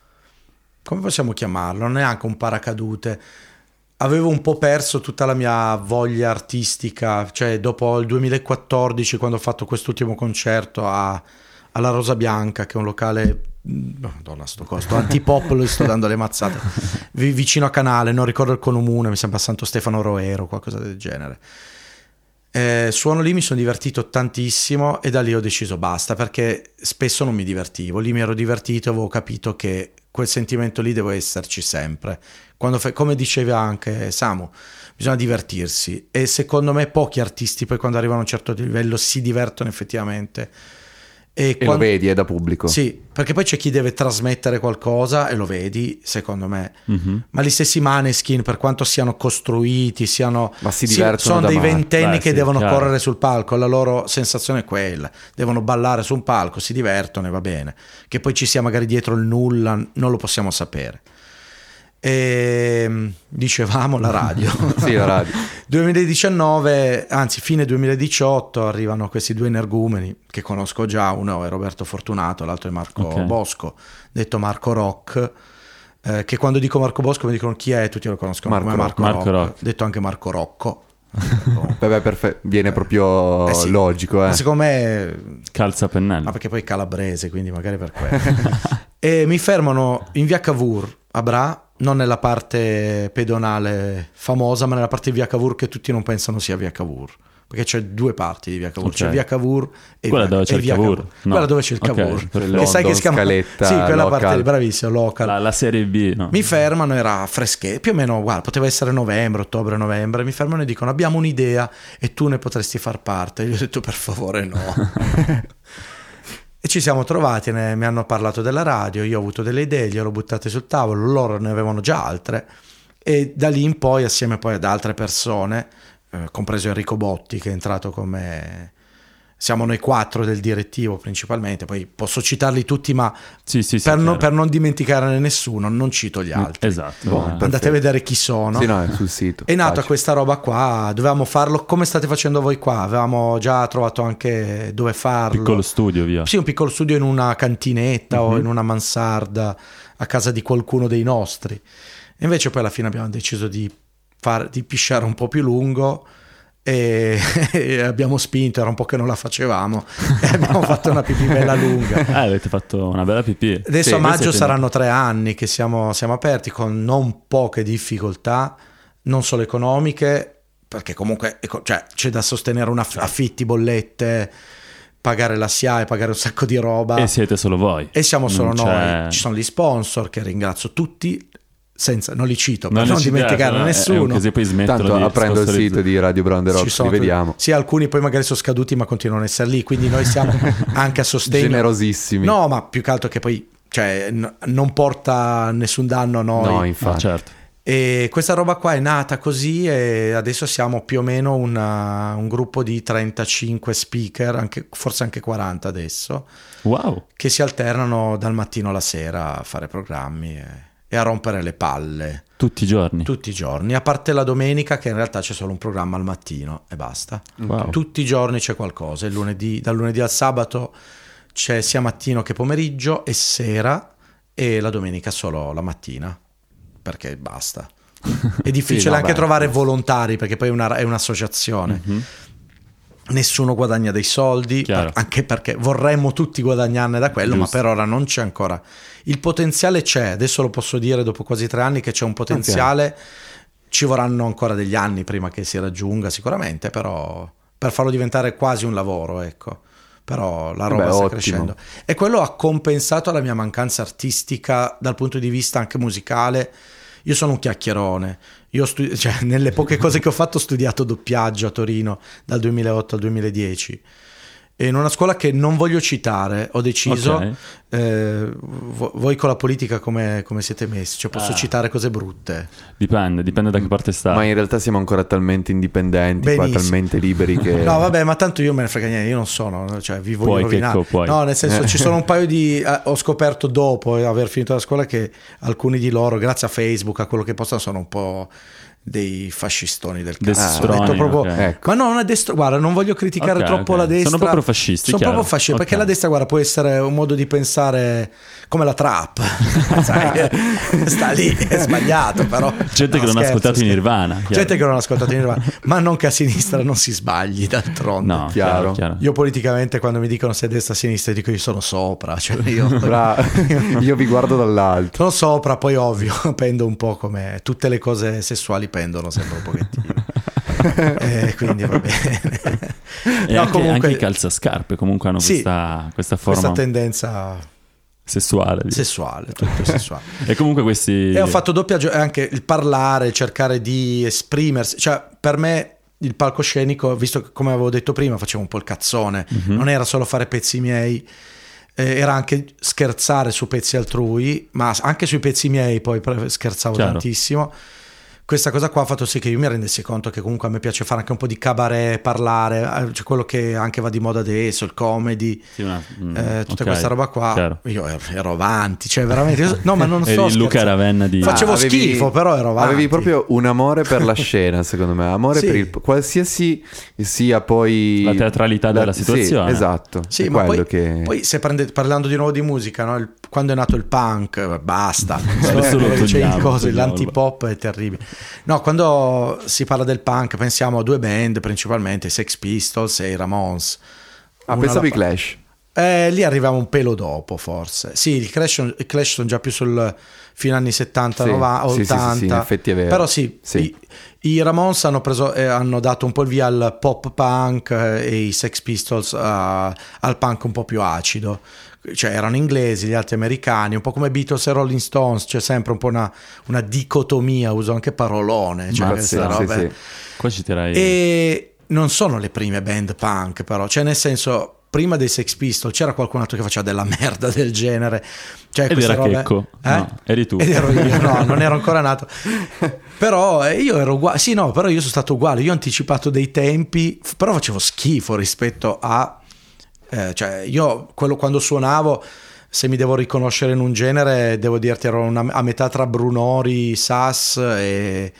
come possiamo chiamarlo? Non è neanche un paracadute. Avevo un po' perso tutta la mia voglia artistica, cioè dopo il duemilaquattordici, quando ho fatto quest'ultimo concerto a, alla Rosa Bianca, che è un locale... Madonna, sto costo, antipop, lo sto dando le mazzate, v- vicino a Canale, non ricordo il comune, mi sembra Santo Stefano Roero, qualcosa del genere. Eh, suono lì, mi sono divertito tantissimo e da lì ho deciso basta, perché spesso non mi divertivo, lì mi ero divertito, avevo capito che quel sentimento lì deve esserci sempre. Quando fa... come diceva anche Samu, bisogna divertirsi, e secondo me pochi artisti poi quando arrivano a un certo livello si divertono effettivamente. E, e quando... lo vedi, è da pubblico. Sì, perché poi c'è chi deve trasmettere qualcosa e lo vedi, secondo me. Mm-hmm. Ma gli stessi Maneskin, per quanto siano costruiti, siano... Ma si divertono si... sono da dei male. ventenni Beh, che sì, devono chiaro. correre sul palco, la loro sensazione è quella. Devono ballare su un palco, si divertono e va bene. Che poi ci sia magari dietro il nulla, non lo possiamo sapere. E dicevamo la radio. Sì, la radio. duemiladiciannove, anzi fine duemiladiciotto, arrivano questi due energumeni che conosco già, uno è Roberto Fortunato, l'altro è Marco okay. Bosco, detto Marco Rock, eh, che quando dico Marco Bosco mi dicono chi è, tutti lo conoscono Marco come Marco, Marco Rock, Rock. detto anche Marco Rocco. Beh, perfetto, viene proprio eh sì. logico, eh. Ma secondo me calza a pennello. ma perché poi è calabrese, quindi magari per quello. E mi fermano in via Cavour a Bra, non nella parte pedonale famosa, ma nella parte di via Cavour che tutti non pensano sia via Cavour. Perché c'è due parti di via Cavour, okay. C'è via Cavour e quella via, dove c'è il via Cavour. Cavour. No. Quella dove c'è il Cavour. Okay. Che sai che si chiama Scaletta, sì, quella local. parte lì, bravissimo, local. La, la serie B, no? Mi fermano, era freschetto, più o meno, guarda, poteva essere novembre, ottobre, novembre. Mi fermano e dicono: abbiamo un'idea e tu ne potresti far parte. E io ho detto: per favore, no. E ci siamo trovati, ne, mi hanno parlato della radio, io ho avuto delle idee, gliele ho buttate sul tavolo, loro ne avevano già altre. E da lì in poi, assieme poi ad altre persone, eh, compreso Enrico Botti, che è entrato come... Siamo noi quattro del direttivo principalmente, poi posso citarli tutti, ma sì, sì, sì, per, non, per non dimenticare nessuno, non cito gli altri. Esatto. Boh, Andate perfetto. A vedere chi sono. Sì, no, è sul sito. È nata Facile. Questa roba qua, dovevamo farlo come state facendo voi qua, avevamo già trovato anche dove farlo. Piccolo studio, via. Sì, un piccolo studio in una cantinetta mm-hmm. o in una mansarda a casa di qualcuno dei nostri. E invece poi alla fine abbiamo deciso di, far, di pisciare un po' più lungo e, e abbiamo spinto, era un po' che non la facevamo e abbiamo fatto una pipì bella lunga. Ah, avete fatto una bella pipì. Adesso sì, a maggio siete... saranno tre anni che siamo, siamo aperti, con non poche difficoltà, non solo economiche, perché comunque cioè, c'è da sostenere un aff- affitti, bollette, pagare la S I A E, pagare un sacco di roba. E siete solo voi. E siamo solo non noi. c'è... Ci sono gli sponsor che ringrazio tutti. Senza, non li cito per non, non dimenticare no, nessuno. Così poi tanto di aprendo il sito di Radio Brown The Rock li vediamo. Sì, alcuni poi magari sono scaduti ma continuano ad essere lì, quindi noi siamo anche a sostegno. Generosissimi. No, ma più che altro che poi cioè, n- non porta nessun danno a noi. No, infatti. No, certo. E questa roba qua è nata così e adesso siamo più o meno una, un gruppo di trentacinque speaker, anche, forse anche quaranta adesso. Wow. Che si alternano dal mattino alla sera a fare programmi e... e a rompere le palle tutti i giorni tutti i giorni, a parte la domenica che in realtà c'è solo un programma al mattino e basta. Wow. Tutti i giorni c'è qualcosa, il lunedì, dal lunedì al sabato c'è sia mattino che pomeriggio e sera, e la domenica solo la mattina perché basta. È difficile sì, no, anche beh, trovare volontari perché poi è, una, è un'associazione. Mm-hmm. Nessuno guadagna dei soldi, per, anche perché vorremmo tutti guadagnarne da quello, giusto. Ma per ora non c'è ancora. Il potenziale c'è, adesso lo posso dire dopo quasi tre anni che c'è un potenziale, okay. Ci vorranno ancora degli anni prima che si raggiunga sicuramente, però per farlo diventare quasi un lavoro, ecco. Però la roba Beh, sta ottimo. Crescendo. E quello ha compensato la mia mancanza artistica dal punto di vista anche musicale. Io sono un chiacchierone, io studi- cioè, nelle poche cose che ho fatto ho studiato doppiaggio a Torino dal duemilaotto al duemiladieci e in una scuola che non voglio citare ho deciso, okay. eh, voi con la politica come, come siete messi? Cioè posso ah. citare cose brutte? Dipende, dipende da che parte stai. Ma in realtà siamo ancora talmente indipendenti, qua, talmente liberi che... No vabbè, ma tanto io me ne frega niente, io non sono, cioè vi voglio puoi, rovinare. Checco, no, nel senso ci sono un paio di... Eh, ho scoperto dopo aver finito la scuola che alcuni di loro, grazie a Facebook, a quello che postano, sono un po' dei fascistoni del cazzo. Ah, detto proprio, okay. ecco. Ma no, non è destra, guarda, non voglio criticare okay, troppo okay. la destra. Sono proprio fascisti. Sono chiaro. proprio fascisti, okay. perché la destra, guarda, può essere un modo di pensare come la trap. Sai, sta lì, è sbagliato, però. Gente no, che non ha ascoltato in Nirvana. Chiaro. Gente che non ha ascoltato in Nirvana, ma non che a sinistra non si sbagli, d'altronde. No, chiaro, chiaro. Io politicamente quando mi dicono se è destra o sinistra dico io sono sopra, cioè io, io vi guardo dall'alto. Sono sopra, poi ovvio, pendo un po' come tutte le cose sessuali pendono sempre un pochettino. eh, quindi va bene. E no, anche, comunque, anche i calzascarpe comunque hanno sì, questa, questa forma, questa tendenza sessuale, sessuale, tutto sessuale. E comunque questi e ho fatto doppiaggio, anche il parlare, cercare di esprimersi, cioè per me il palcoscenico, visto che come avevo detto prima facevo un po' il cazzone, mm-hmm. non era solo fare pezzi miei, eh, era anche scherzare su pezzi altrui, ma anche sui pezzi miei poi scherzavo Chiaro. tantissimo. Questa cosa qua ha fatto sì che io mi rendessi conto che comunque a me piace fare anche un po' di cabaret, parlare, cioè quello che anche va di moda adesso, il comedy, sì, una, mm, eh, tutta okay, questa roba qua. Chiaro. Io ero, ero avanti, cioè veramente, io, no ma non so il Luca Ravenna di... Facevo ah, avevi, schifo, però ero avanti. Avevi proprio un amore per la scena, secondo me, amore sì. per il qualsiasi sia poi... La teatralità la, della situazione. Sì, esatto. Sì, è ma poi, che... poi se prendete, parlando di nuovo di musica, no? il, quando è nato il punk, basta. C'è C'è il coso, l'antipop è terribile. No, quando si parla del punk pensiamo a due band principalmente, i Sex Pistols e i Ramones. Ah, pensavo i Clash. Eh, lì arriviamo un pelo dopo, forse. Sì, il Clash, il Clash sono già più sul fine anni settanta, sì, novanta, sì, ottanta. Sì, sì, sì, in effetti è vero. Però sì, sì. I, i Ramones hanno, preso, eh, hanno dato un po' il via al pop punk eh, e i Sex Pistols uh, al punk un po' più acido. Cioè erano inglesi, gli altri americani, un po' come Beatles e Rolling Stones, c'è sempre un po' una, una dicotomia, uso anche parolone. Cioè queste robe. Sì, sì. Qua ci tirai... E non sono le prime band punk, però, cioè nel senso... Prima dei Sex Pistols c'era qualcun altro che faceva della merda del genere, cioè, ed era robe... Checco, eh? no, eri tu. Ed ero io, no, non ero ancora nato. Però eh, io ero uguale, sì no, però io sono stato uguale, io ho anticipato dei tempi, però facevo schifo rispetto a... Eh, cioè io quello quando suonavo, se mi devo riconoscere in un genere, devo dirti ero una, a metà tra Brunori, Sass e...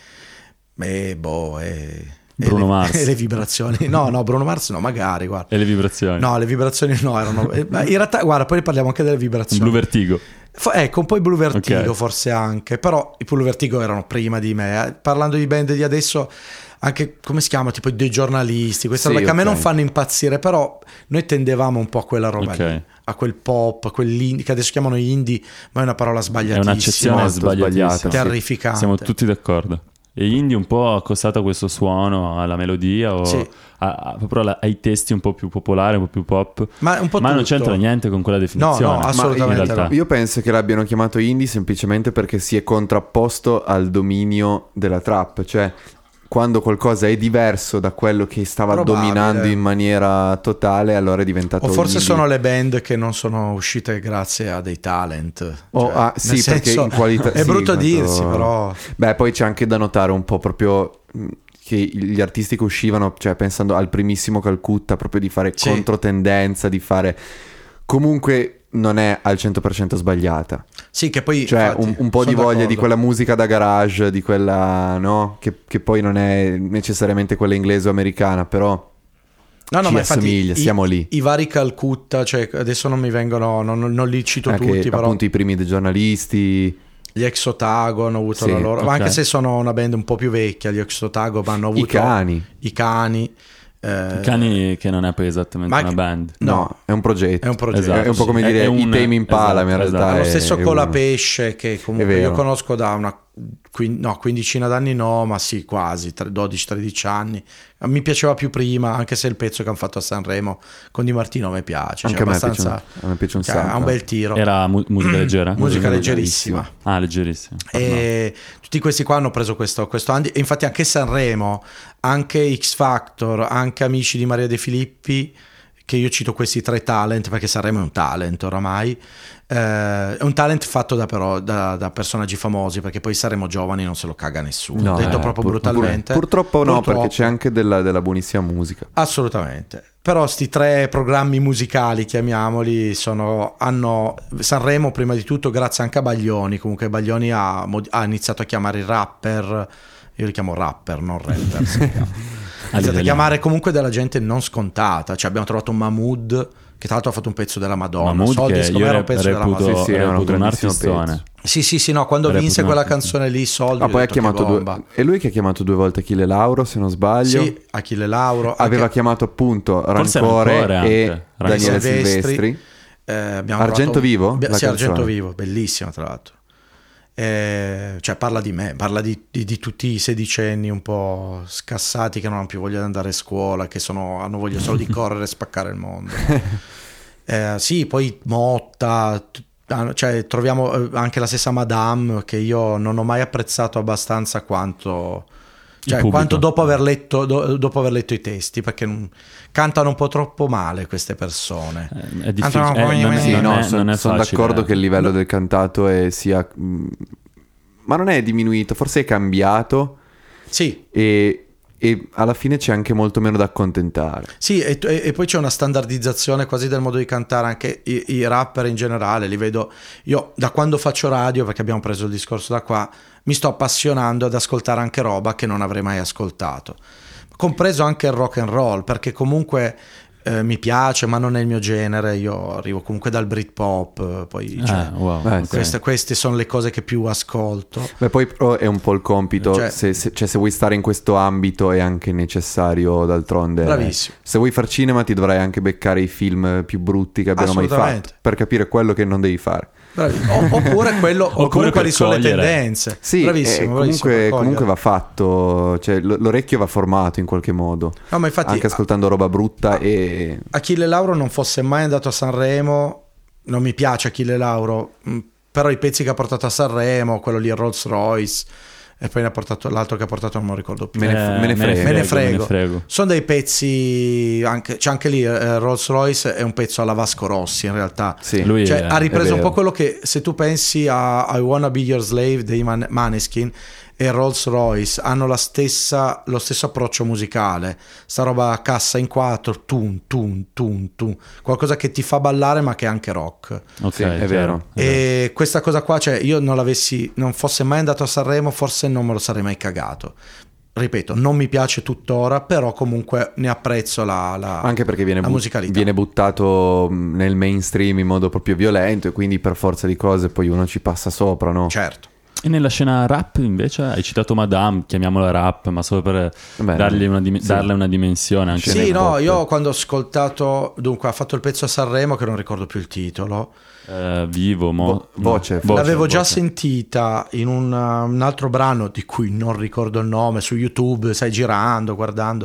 e boh... E... Bruno e le, Mars e le vibrazioni, no no Bruno Mars no magari guarda. E le vibrazioni, no le vibrazioni no erano in realtà guarda poi parliamo anche delle vibrazioni. Blue Vertigo, ecco un po' i Blue Vertigo, okay. Forse anche, però i Blue Vertigo erano prima di me. Parlando di band di adesso, anche come si chiama, tipo dei giornalisti, questa sì, roba che okay. a me non fanno impazzire, però noi tendevamo un po' a quella roba okay. lì, a quel pop, a quell'indie che adesso chiamano indie, ma è una parola sbagliatissima, è un'accezione sbagliata, terrificante. Siamo tutti d'accordo. E indie un po' accostato a questo suono, alla melodia o sì. a, a, proprio alla, ai testi un po' più popolari, un po' più pop, ma, un po' ma non c'entra niente con quella definizione. No, no, assolutamente no. Io penso che l'abbiano chiamato indie semplicemente perché si è contrapposto al dominio della trap, cioè quando qualcosa è diverso da quello che stava Probabile. dominando in maniera totale, allora è diventato o forse indie. Sono le band che non sono uscite grazie a dei talent, oh, cioè, ah, sì, perché in qualità è sì, brutto quanto... dirsi, però beh, poi c'è anche da notare un po' proprio che gli artisti che uscivano, cioè pensando al primissimo Calcutta, proprio di fare sì. controtendenza, di fare comunque non è al cento per cento sbagliata. Sì, che poi cioè infatti, un, un po' di voglia d'accordo. Di quella musica da garage, di quella, no? Che, che poi non è necessariamente quella inglese o americana, però no, no, ci ma assomiglia, infatti, siamo i, lì. I vari Calcutta, cioè adesso non mi vengono, non, non li cito anche, tutti, però appunto i primi dei giornalisti. Gli Ex-Otago hanno avuto sì, la loro, okay. anche se sono una band un po' più vecchia, gli Ex-Otago hanno avuto i cani. I cani. Eh, I cani che non è poi esattamente ma una band, no, no, è un progetto, è un progetto, esatto, è un po' come sì. dire un, i Tame Impala, esatto, in realtà esatto. è lo stesso è Colapesce che comunque io conosco da una no, quindicina d'anni no, ma sì, quasi dodici tredici anni. Mi piaceva più prima, anche se il pezzo che hanno fatto a Sanremo con Di Martino a me piace, anche cioè, a, abbastanza, me piace un, a me piace un cioè, sacco. Ha un bel tiro. Era mu- musica leggera? musica leggerissima. Ah, leggerissima. E no. Tutti questi qua hanno preso questo, questo e infatti anche Sanremo, anche X Factor, anche Amici di Maria De Filippi, che io cito questi tre talent perché Sanremo è un talent oramai, eh, è un talent fatto da, però, da, da personaggi famosi, perché poi Sanremo giovani non se lo caga nessuno, no, detto eh, proprio pur, brutalmente pur, purtroppo no, purtroppo. Perché c'è anche della, della buonissima musica, assolutamente. Però sti tre programmi musicali, chiamiamoli, sono, hanno Sanremo prima di tutto grazie anche a Baglioni. Comunque Baglioni ha, ha iniziato a chiamare i rapper, io li chiamo rapper, non rapper, ha iniziato a chiamare comunque della gente non scontata, cioè abbiamo trovato un Mahmood che tra l'altro ha fatto un pezzo della Madonna, Mahmood, Soldi, che io era un pezzo reputo, della Madonna, sì, sì, è un, un artistone. Sì, sì, sì, no, quando reputo vinse quella canzone lì, Soldi, ah, poi ha chiamato due, è lui che ha chiamato due volte Achille Lauro, se non sbaglio. Sì, Achille Lauro. Aveva anche... chiamato appunto Rancore, Rancore e anche. Daniele Silvestri. Silvestri. Eh, abbiamo Argento provato... Vivo? Sì, canzone. Argento Vivo, bellissima tra l'altro. Eh, cioè parla di me, parla di, di, di tutti i sedicenni un po' scassati che non hanno più voglia di andare a scuola, che sono, hanno voglia solo di correre e spaccare il mondo. Eh, sì, poi Motta, cioè troviamo anche la stessa Madame che io non ho mai apprezzato abbastanza quanto, cioè, quanto dopo aver letto do, dopo aver letto i testi, perché non, cantano un po' troppo male queste persone. Eh, è difficile, eh, non, sì, non no, è, sono, non è sono facile, d'accordo eh. che il livello del cantato è, sia ma non è diminuito, forse è cambiato. Sì. E e alla fine c'è anche molto meno da accontentare. Sì, e, e poi c'è una standardizzazione quasi del modo di cantare, anche i, i rapper in generale, li vedo, io da quando faccio radio, perché abbiamo preso il discorso da qua, mi sto appassionando ad ascoltare anche roba che non avrei mai ascoltato, compreso anche il rock and roll, perché comunque eh, mi piace, ma non è il mio genere. Io arrivo comunque dal Britpop, poi cioè, ah, wow, eh, queste, sì. queste sono le cose che più ascolto. Beh, poi però è un po' il compito, Cioè- se, se, cioè se vuoi stare in questo ambito è anche necessario, d'altronde. Bravissimo. Se vuoi far cinema ti dovrai anche beccare i film più brutti che abbiano mai Assolutamente. fatto, per capire quello che non devi fare. Bravi- o- oppure quello, oppure, Oppure quali per sono le cogliere. tendenze. Sì, bravissimo, eh, bravissimo comunque, per comunque cogliere. va fatto, cioè l- l'orecchio va formato in qualche modo, No, ma infatti anche ascoltando roba brutta e... Achille Lauro non fosse mai andato a Sanremo, non mi piace Achille Lauro, mh, però i pezzi che ha portato a Sanremo, quello lì Rolls Royce e poi ne ha portato l'altro che ha portato non me lo ricordo più. Me ne, Eh, me ne frego. Me ne frego. me ne frego. Sono dei pezzi anche, c'è anche lì eh, Rolls Royce è un pezzo alla Vasco Rossi in realtà. Sì. Lui Cioè, è- ha ripreso è un po' vero. quello che se tu pensi a I Wanna Be Your Slave dei Man- Maneskin e Rolls Royce hanno la stessa, lo stesso approccio musicale, sta roba a cassa in quattro, tun tun tun tun, qualcosa che ti fa ballare ma che è anche rock. Ok, Sì, è chiaro, vero. è vero. E questa cosa qua, cioè io non l'avessi, non fosse mai andato a Sanremo, forse non me lo sarei mai cagato. Ripeto, non mi piace tuttora, però comunque ne apprezzo la, la, Anche perché viene, la bu- musicalità. viene buttato mh, nel mainstream in modo proprio violento e quindi per forza di cose poi uno ci passa sopra, no? Certo. E nella scena rap invece hai citato Madame, chiamiamola rap, ma solo per Beh, dargli una dim- sì. darle una dimensione anche Scena Sì, hip no, hop. io quando ho ascoltato, dunque ha fatto il pezzo a Sanremo che non ricordo più il titolo, eh, vivo, mo- Vo- voce, no, l'avevo già voce. sentita in un, uh, un altro brano di cui non ricordo il nome, su YouTube, stai girando, guardando,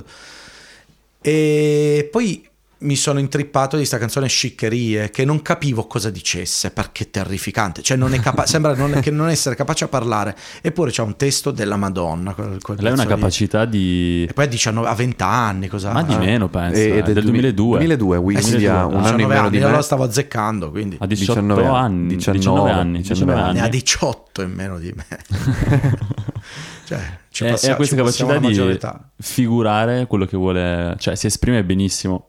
e poi mi sono intrippato di sta canzone Sciccherie che non capivo cosa dicesse perché è terrificante, cioè non è capa- sembra non, che non essere capace a parlare, eppure c'è un testo della Madonna quel, quel Lei ha una pezzo lì. capacità di... E poi a diciannove, a venti anni cosa Ma di ah, meno penso, E- è ed è del duemiladue. duemiladue, eh sì, quindi ha un diciannove anno in meno anni, di me. allora stavo azzeccando, quindi Ha diciotto diciannove anni, diciannove, diciannove anni, diciannove diciannove ne ha anni. diciotto in meno di me. Cioè, ci E- passiamo- e ha questa ci passiamo capacità alla maggiore di età. figurare quello che vuole, cioè si esprime benissimo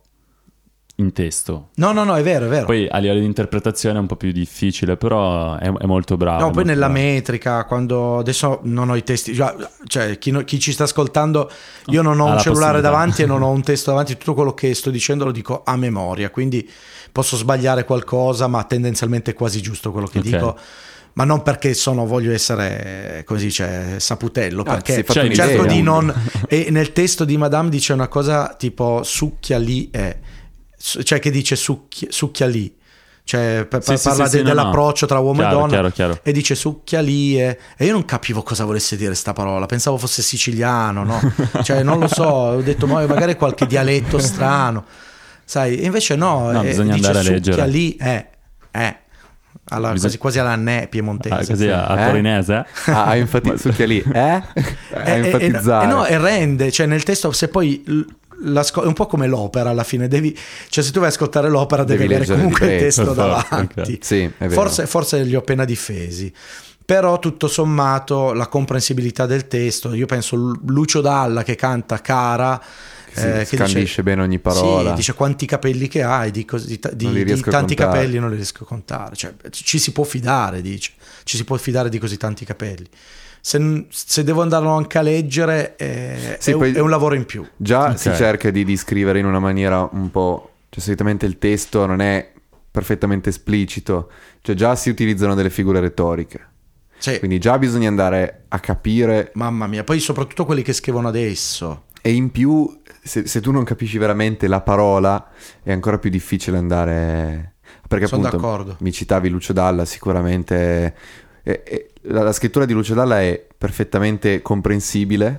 in testo. No, no, no, è vero, è vero. Poi a livello di interpretazione è un po' più difficile, però è, è molto bravo. No, è poi molto nella bravo. metrica, quando adesso non ho i testi, già- cioè chi, no- chi ci sta ascoltando, io non ho Ha un la cellulare possibilità. davanti e non ho un testo davanti, tutto quello che sto dicendo lo dico a memoria, quindi posso sbagliare qualcosa, ma tendenzialmente è quasi giusto quello che Ok. dico. Ma non perché sono, voglio essere, come si dice, saputello, Ah, perché si è fatto Cioè, cerco un'idea. di non... E nel testo di Madame dice una cosa tipo succhia lì è, cioè che dice succhia, succhia lì, cioè per, Sì, per- sì, parla sì, de- sì, no, dell'approccio no. tra uomo Chiaro, e donna chiaro, chiaro. e dice succhia lì è, e io non capivo cosa volesse dire sta parola, pensavo fosse siciliano, no? Cioè non lo so, ho detto ma magari qualche dialetto strano, sai, e invece no, No, eh, bisogna dice andare a succhia leggere. lì è, è. Alla, Bisogna- quasi, quasi alla ne piemontese. Ah, così a, a Eh? torinese? Ah, ha enfatizzato lì, eh? Ha E- e- enfatizzare. e no, e rende, cioè nel testo se poi l- l'asco- è un po' come l'opera alla fine, devi, cioè se tu vai a ascoltare l'opera devi, Devi avere leggere comunque di il pezzo, testo per forza, davanti. ok. Sì, è vero. Forse, forse li ho appena difesi, però tutto sommato la comprensibilità del testo, io penso Lu- Lucio Dalla che canta Cara, Sì, eh, che scandisce dice, bene ogni parola. sì, dice quanti capelli che hai, di, cos- di, di- Non li di riesco a tanti contare. capelli non li riesco a contare, cioè, ci si può fidare, dice, ci si può fidare di così tanti capelli. Se, se devo andarlo anche a leggere eh, Sì, è, un- poi- è un lavoro in più. Già Ok. si cerca di descrivere in una maniera un po'... Cioè solitamente il testo non è perfettamente esplicito, cioè già si utilizzano delle figure retoriche. Sì, Quindi già bisogna andare a capire mamma mia, poi soprattutto quelli che scrivono adesso. e in più se, se tu non capisci veramente la parola è ancora più difficile andare... Perché Sono appunto d'accordo. mi citavi Lucio Dalla, sicuramente... eh, eh, la, la scrittura di Lucio Dalla è perfettamente comprensibile,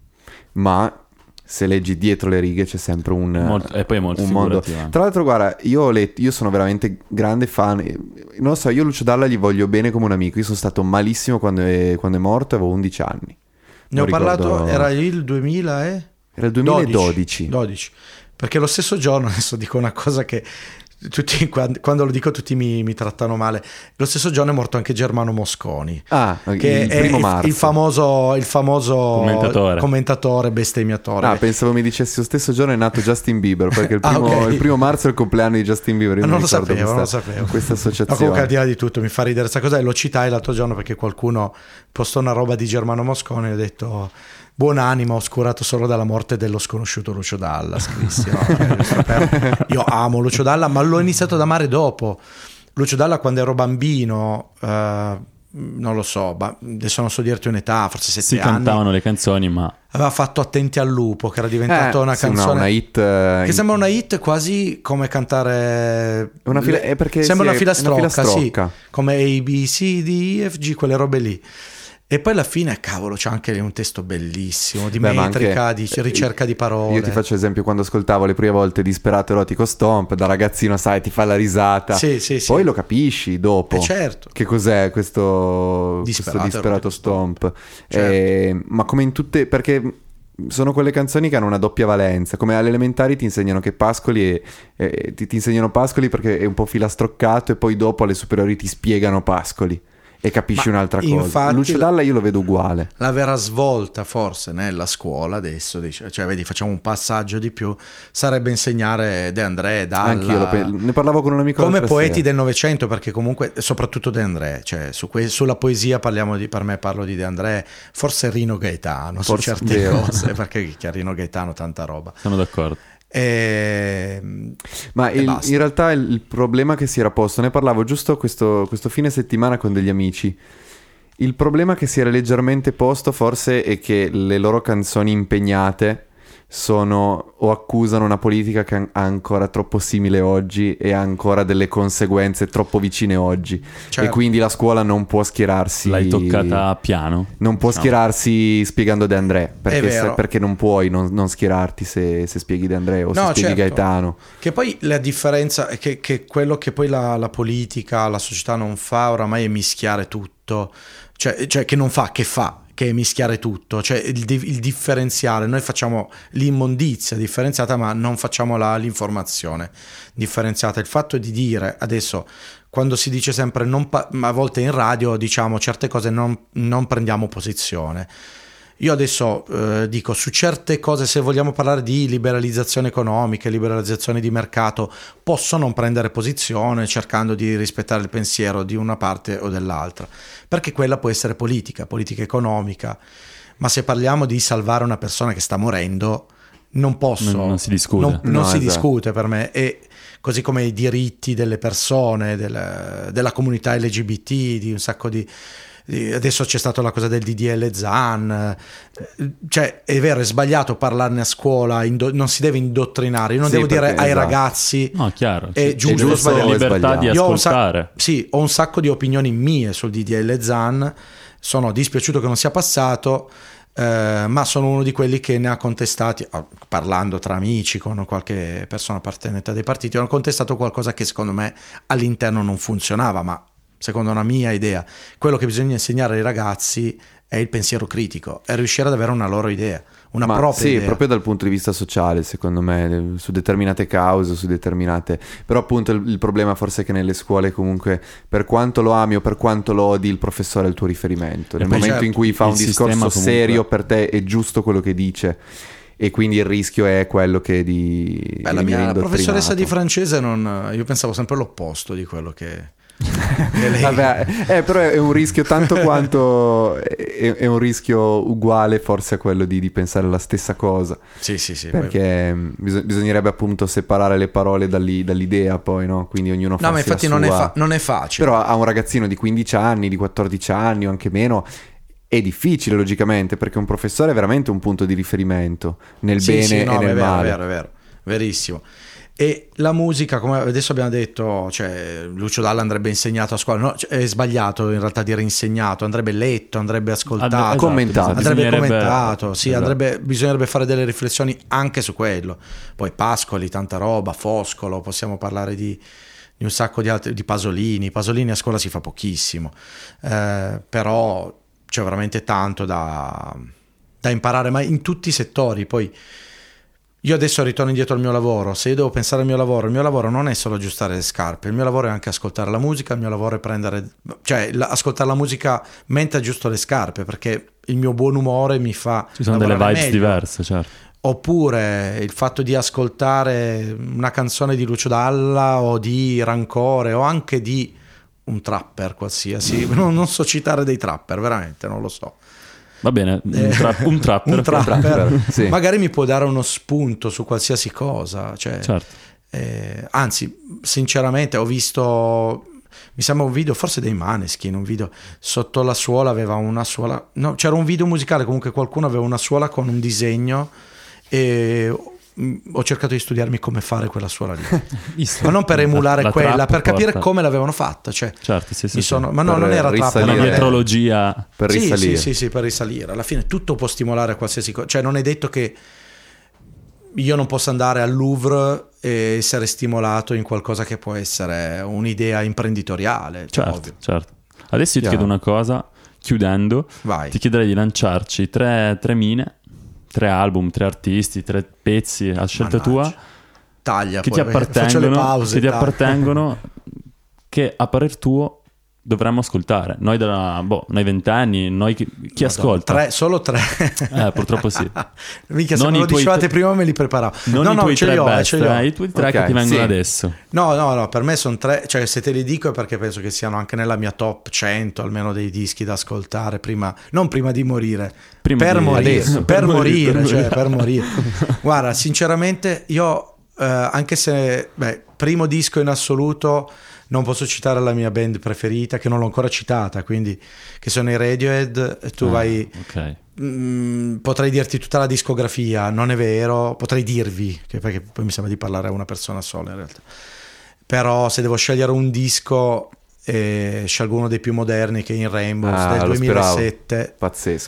ma se leggi dietro le righe c'è sempre un, Molto- e poi è molto un mondo. figurativa. Tra l'altro, guarda, io ho letto, io sono veramente grande fan. eh, Non lo so, io Lucio Dalla gli voglio bene come un amico. Io sono stato malissimo quando è, quando è morto, avevo undici anni. Ne ho Non parlato, ricordo- era il duemila e... Era il duemiladodici. dodici. Perché lo stesso giorno, adesso dico una cosa che tutti, quando, quando lo dico tutti mi, mi trattano male, lo stesso giorno è morto anche Germano Mosconi, Ah, che il è primo il, marzo. il famoso, il famoso Commentatore. commentatore bestemmiatore. Ah, pensavo mi dicessi lo stesso giorno è nato Justin Bieber, perché il Ah, primo, ok. il primo marzo è il compleanno di Justin Bieber. Io non mi lo ricordo sapevo, non lo questa, sapevo. questa Ma comunque al associazione. di là di tutto mi fa ridere questa cosa, e lo citai l'altro giorno perché qualcuno postò una roba di Germano Mosconi e ho detto buonanima oscurato solo dalla morte dello sconosciuto Lucio Dalla, scrissi, no? Io amo Lucio Dalla, ma l'ho iniziato ad amare dopo. Lucio Dalla quando ero bambino, eh, non lo so, adesso non so dirti un'età, forse sette si anni. Si cantavano le canzoni, ma aveva fatto Attenti al lupo, che era diventato eh, una sì, canzone, no, una hit, uh, che sembra una hit quasi come cantare una fila, è perché sembra sì, una filastrocca, una filastrocca. Sì, come A, B, C, D, E, F, G, quelle robe lì. E poi alla fine, cavolo, c'è anche un testo bellissimo, di Beh, metrica, anche, di ricerca di parole. Io ti faccio esempio quando ascoltavo le prime volte Disperato Erotico Stomp, da ragazzino, sai, ti fa la risata. Sì, sì, sì. Poi lo capisci dopo. Eh certo. Che cos'è questo Disperato, questo disperato Stomp. Stomp. Certo. Eh, ma come in tutte... perché... sono quelle canzoni che hanno una doppia valenza, come alle elementari ti insegnano che Pascoli è, è, ti, ti insegnano Pascoli perché è un po' filastroccato e poi dopo alle superiori ti spiegano Pascoli e capisci Ma un'altra cosa. Infatti, Lucio Dalla io lo vedo uguale. La vera svolta forse nella scuola adesso, cioè vedi, facciamo un passaggio di più, sarebbe insegnare De André, Dalla. Anch'io lo pe- ne parlavo con un amico come poeti sera. del Novecento, perché comunque soprattutto De André, cioè su que- sulla poesia parliamo di, per me parlo di De André, forse Rino Gaetano forse su certe vero. cose, perché che Rino Gaetano tanta roba. Sono d'accordo. E... ma e il, in realtà il, il problema che si era posto, ne parlavo giusto questo, questo fine settimana con degli amici, il problema che si era leggermente posto forse è che le loro canzoni impegnate sono o accusano una politica che è ancora troppo simile oggi e ha ancora delle conseguenze troppo vicine oggi, certo. E quindi la scuola non può schierarsi. L'hai toccata piano, non può no. schierarsi spiegando De André, perché, se, perché non puoi non, non schierarti se, se spieghi De André o no, se spieghi certo. Gaetano. Che poi la differenza è che, che quello che poi la, la politica, la società non fa oramai è mischiare tutto, cioè, cioè che non fa, che fa che è mischiare tutto, cioè il, il differenziale. Noi facciamo l'immondizia differenziata, ma non facciamo la, l'informazione differenziata. Il fatto di dire adesso, quando si dice sempre non pa- a volte in radio diciamo certe cose non, non prendiamo posizione. Io adesso eh, dico su certe cose, se vogliamo parlare di liberalizzazione economica, liberalizzazione di mercato, posso non prendere posizione cercando di rispettare il pensiero di una parte o dell'altra, perché quella può essere politica, politica economica, ma se parliamo di salvare una persona che sta morendo, non posso, non, non si discute, non, non no, si esatto. discute per me. E così come i diritti delle persone, del, della comunità L G B T, di un sacco di... Adesso c'è stata la cosa del D D L Zan, cioè è vero, è sbagliato parlarne a scuola, indo- non si deve indottrinare. Io non sì, devo dire ai esatto. ragazzi no, chiaro, è sì. giusto, è giusto o libertà di Io ascoltare. Ho un, sac- sì, ho un sacco di opinioni mie sul D D L Zan, sono dispiaciuto che non sia passato, eh, ma sono uno di quelli che ne ha contestati, parlando tra amici con qualche persona appartenente a dei partiti, hanno contestato qualcosa che secondo me all'interno non funzionava, ma secondo una mia idea, quello che bisogna insegnare ai ragazzi è il pensiero critico, è riuscire ad avere una loro idea, una Ma propria sì, idea. proprio dal punto di vista sociale, secondo me, su determinate cause, su determinate... Però appunto il, il problema forse è che nelle scuole comunque, per quanto lo ami o per quanto lo odi, il professore è il tuo riferimento. Nel momento certo, in cui fa un discorso comunque... serio, per te è giusto quello che dice. E quindi il rischio è quello che di... Beh, la mia professoressa di francese non... Io pensavo sempre l'opposto di quello che... Vabbè, eh, però è un rischio tanto quanto è, è un rischio uguale forse a quello di, di pensare la stessa cosa. Sì, sì, sì. Perché poi... bis- bisognerebbe appunto separare le parole dall'i- dall'idea poi, no? Quindi ognuno fa No, ma infatti non, sua... è fa- non è facile. Però a un ragazzino di quindici anni, di quattordici anni o anche meno è difficile logicamente, perché un professore è veramente un punto di riferimento nel sì, bene sì, no, e nel è vero, male. è vero, è vero, verissimo. E la musica, come adesso abbiamo detto, cioè Lucio Dalla andrebbe insegnato a scuola, no, cioè, è sbagliato in realtà dire insegnato, andrebbe letto, andrebbe ascoltato, Ad, esatto, commentato, andrebbe commentato, sì, esatto. andrebbe, bisognerebbe fare delle riflessioni anche su quello. Poi Pascoli, tanta roba, Foscolo, possiamo parlare di, di un sacco di altri, di Pasolini. Pasolini a scuola si fa pochissimo, eh, però c'è veramente tanto da, da imparare, ma in tutti i settori. Poi io adesso ritorno indietro al mio lavoro, se io devo pensare al mio lavoro, il mio lavoro non è solo aggiustare le scarpe, il mio lavoro è anche ascoltare la musica, il mio lavoro è prendere, cioè la, ascoltare la musica mentre aggiusto le scarpe, perché il mio buon umore mi fa ci sono delle vibes meglio. diverse, certo. Oppure il fatto di ascoltare una canzone di Lucio Dalla o di Rancore o anche di un trapper qualsiasi, non, non so citare dei trapper, veramente non lo so. Va bene, un, eh, tra- un trapper. un trapper sì. magari mi può dare uno spunto su qualsiasi cosa, cioè, Certo. eh, anzi, sinceramente ho visto, mi sembra un video forse dei Maneskin, un video sotto la suola aveva una suola, no, c'era un video musicale, comunque qualcuno aveva una suola con un disegno e ho cercato di studiarmi come fare quella suola lì, ma non per emulare la, la quella, per capire porta. come l'avevano fatta, cioè, certo, sì, sì, mi sì. sono, ma no, Per non era trappola, Una risalire. dietrologia. Per sì, risalire. sì, sì, sì, per risalire. Alla fine tutto può stimolare qualsiasi cosa, cioè non è detto che io non possa andare al Louvre e essere stimolato in qualcosa che può essere un'idea imprenditoriale, cioè, Certo, ovvio. certo. Adesso io ti Chiaro. chiedo una cosa, chiudendo, Vai. ti chiederei di lanciarci tre, tre mine, tre album, tre artisti, tre pezzi a scelta Mannaggia. tua Taglia, che poi, ti faccio le appartengono, pause, che ti dai. appartengono, che a parer tuo dovremmo ascoltare. Noi da boh, noi ventenni, noi chi, chi Madonna, ascolta? tre, solo tre. Eh, purtroppo sì. Mica se Non me i lo tuoi dicevate tre- prima me li preparavo. Non no, i no, tuoi ce tre li ho, eh, best, ce li ho. eh, i tuoi tre Ok, che ti vengono sì. adesso. No, no, no, per me sono tre, cioè se te li dico è perché penso che siano anche nella mia top cento almeno dei dischi da ascoltare prima, non prima di morire, Prima per di- morire, adesso, per, per morire, morire, per cioè morire. per morire. Guarda, sinceramente io, eh, anche se, beh, primo disco in assoluto, non posso citare la mia band preferita, che non l'ho ancora citata, quindi che sono i Radiohead, e tu Ah, vai... ok. Mm, potrei dirti tutta la discografia, non è vero, potrei dirvi, che perché poi mi sembra di parlare a una persona sola in realtà, però se devo scegliere un disco eh, scelgo uno dei più moderni che è In Rainbows Ah, del lo duemilasette, Pazzesco.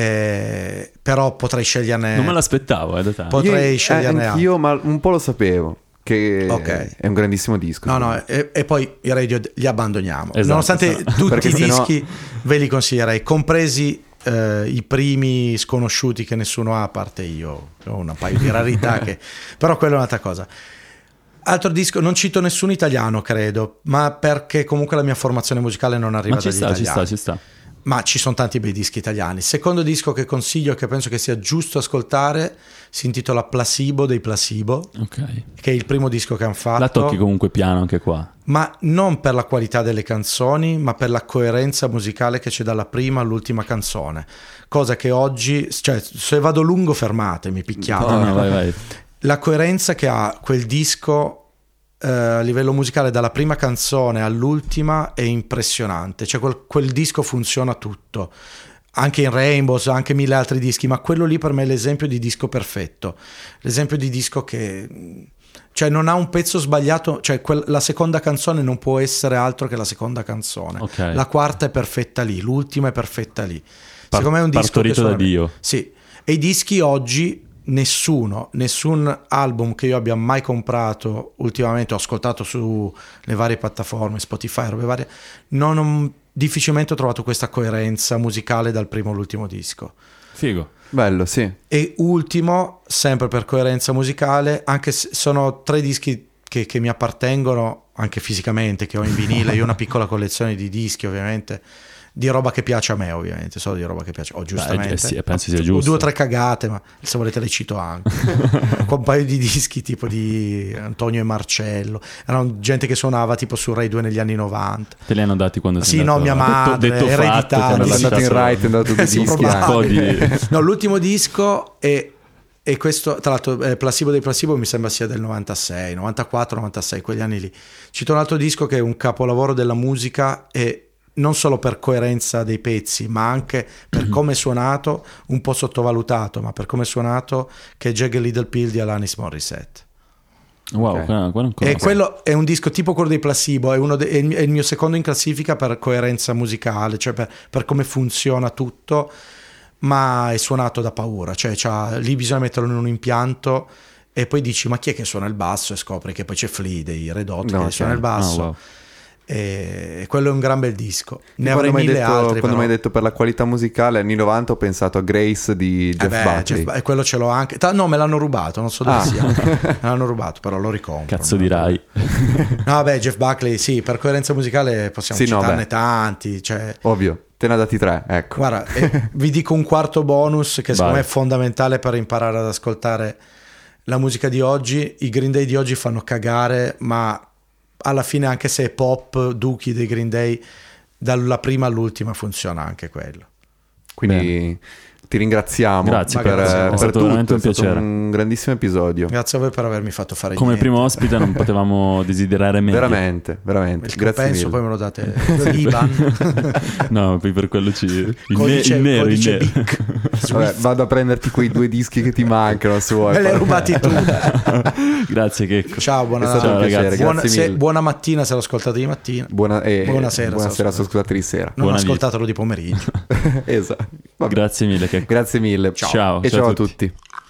eh, però potrei sceglierne Non me l'aspettavo, eh, da te. potrei Io- sceglierne eh, altri. anch'io, ma un po' lo sapevo che Ok. è un grandissimo disco. No, no, e, e poi i radio li abbandoniamo. Esatto, Nonostante esatto. tutti Perché i sennò- dischi ve li consiglierei, compresi eh, i primi sconosciuti che nessuno ha, a parte io. Ho un paio di rarità, che... però quella è un'altra cosa. Altro disco, non cito nessun italiano, credo, ma perché comunque la mia formazione musicale non arriva Ma ci dagli sta, ci italiani. sta, ci sta. Ma ci sono tanti bei dischi italiani. Secondo disco che consiglio, che penso che sia giusto ascoltare, si intitola Placebo dei Placebo, Ok. che è il primo disco che hanno fatto. La tocchi comunque piano anche qua. Ma non per la qualità delle canzoni, ma per la coerenza musicale che c'è dalla prima all'ultima canzone. Cosa che oggi, cioè, se vado lungo fermatemi, picchiate. No, no, vai, vai. La coerenza che ha quel disco eh, a livello musicale dalla prima canzone all'ultima è impressionante. Cioè quel, quel disco funziona tutto. Anche in Rainbows, anche mille altri dischi, ma quello lì per me è l'esempio di disco perfetto. L'esempio di disco che... cioè non ha un pezzo sbagliato, cioè quel, la seconda canzone non può essere altro che la seconda canzone. Ok. La quarta è perfetta lì, l'ultima è perfetta lì. Par- Secondo me è un disco partorito che suona da bene. Dio. Sì, e i dischi oggi nessuno, nessun album che io abbia mai comprato ultimamente, ho ascoltato sulle varie piattaforme, Spotify, robe varie, non ho, difficilmente ho trovato questa coerenza musicale dal primo all'ultimo disco. Figo. Bello, sì. E ultimo, sempre per coerenza musicale, anche se sono tre dischi che, che mi appartengono anche fisicamente, che ho in vinile, io ho una piccola collezione di dischi ovviamente, di roba che piace a me ovviamente, solo di roba che piace, oh, giustamente. Beh, eh sì, penso sia Ho giusto. due o tre cagate, ma se volete le cito anche. Con un paio di dischi tipo di Antonio e Marcello, erano gente che suonava tipo su Rai due negli anni novanta. Te li hanno dati quando sei Sì, no, andato- mia madre, detto, detto eredità, fatto, ti hanno sì, È andato in lasciato- right, è andato due Sì, dischi probabile. anche. Un po' di- No, l'ultimo disco è, è questo, tra l'altro eh, Placebo dei Placebo mi sembra sia del novantasei, novantaquattro novantasei, quegli anni lì. Cito un altro disco che è un capolavoro della musica e non solo per coerenza dei pezzi, ma anche per come è suonato, un po' sottovalutato, ma per come è suonato, che è Jagged Little Pill di Alanis Morissette. Wow, Ok. quello, quello ancora E non so. quello è un disco tipo quello dei Placebo, è, uno de- è il è il mio secondo in classifica per coerenza musicale, cioè per, per come funziona tutto, ma è suonato da paura, cioè c'ha- lì bisogna metterlo in un impianto e poi dici ma chi è che suona il basso e scopri che poi c'è Flea dei Red Hot No, che suona il chiaro. basso. Ah, wow. E quello è un gran bel disco. Ne Quando avrei mi hai mille detto, altri. quando però. mi hai detto per la qualità musicale, anni novanta ho pensato a Grace di Eh Jeff beh, Buckley. Jeff- e quello ce l'ho anche. Ta- No, me l'hanno rubato, non so dove Ah. sia. Me l'hanno rubato, però lo ricompro. Cazzo di Rai. No, beh, Jeff Buckley, sì, per coerenza musicale possiamo Sì, no, citarne beh. tanti. Cioè, Ovvio, te ne ha dati tre, ecco. guarda, eh, vi dico un quarto bonus che secondo Vai. me è fondamentale per imparare ad ascoltare la musica di oggi. I Green Day di oggi fanno cagare, ma alla fine, anche se è pop, Dookie dei Green Day, dalla prima all'ultima funziona anche quello. Quindi Bene. ti ringraziamo. Grazie, per, grazie. per È stato tutto. veramente un è stato piacere. un grandissimo episodio. Grazie a voi per avermi fatto fare Come niente. primo ospite non potevamo desiderare meglio. Veramente, veramente. Il Grazie compenso mille. poi me lo date l'I B A N. No, poi per quello ci... Il, Codice- ne- il nero, il codice nero. B I C. Vabbè, vado a prenderti quei due dischi che ti mancano se vuoi. Me li hai rubati tu. Grazie Checco. Ciao, buona, È stato Ciao, un piacere, ragazzi. buona, grazie se- mille. buona mattina se lo ascoltate di mattina. Buona, eh, Buonasera, buonasera se se lo ascoltate di sera. Non Buona ascoltatelo di pomeriggio. Esatto. Vabbè. Grazie mille Checco. Grazie mille. Ciao. E Ciao ciao a a tutti. tutti.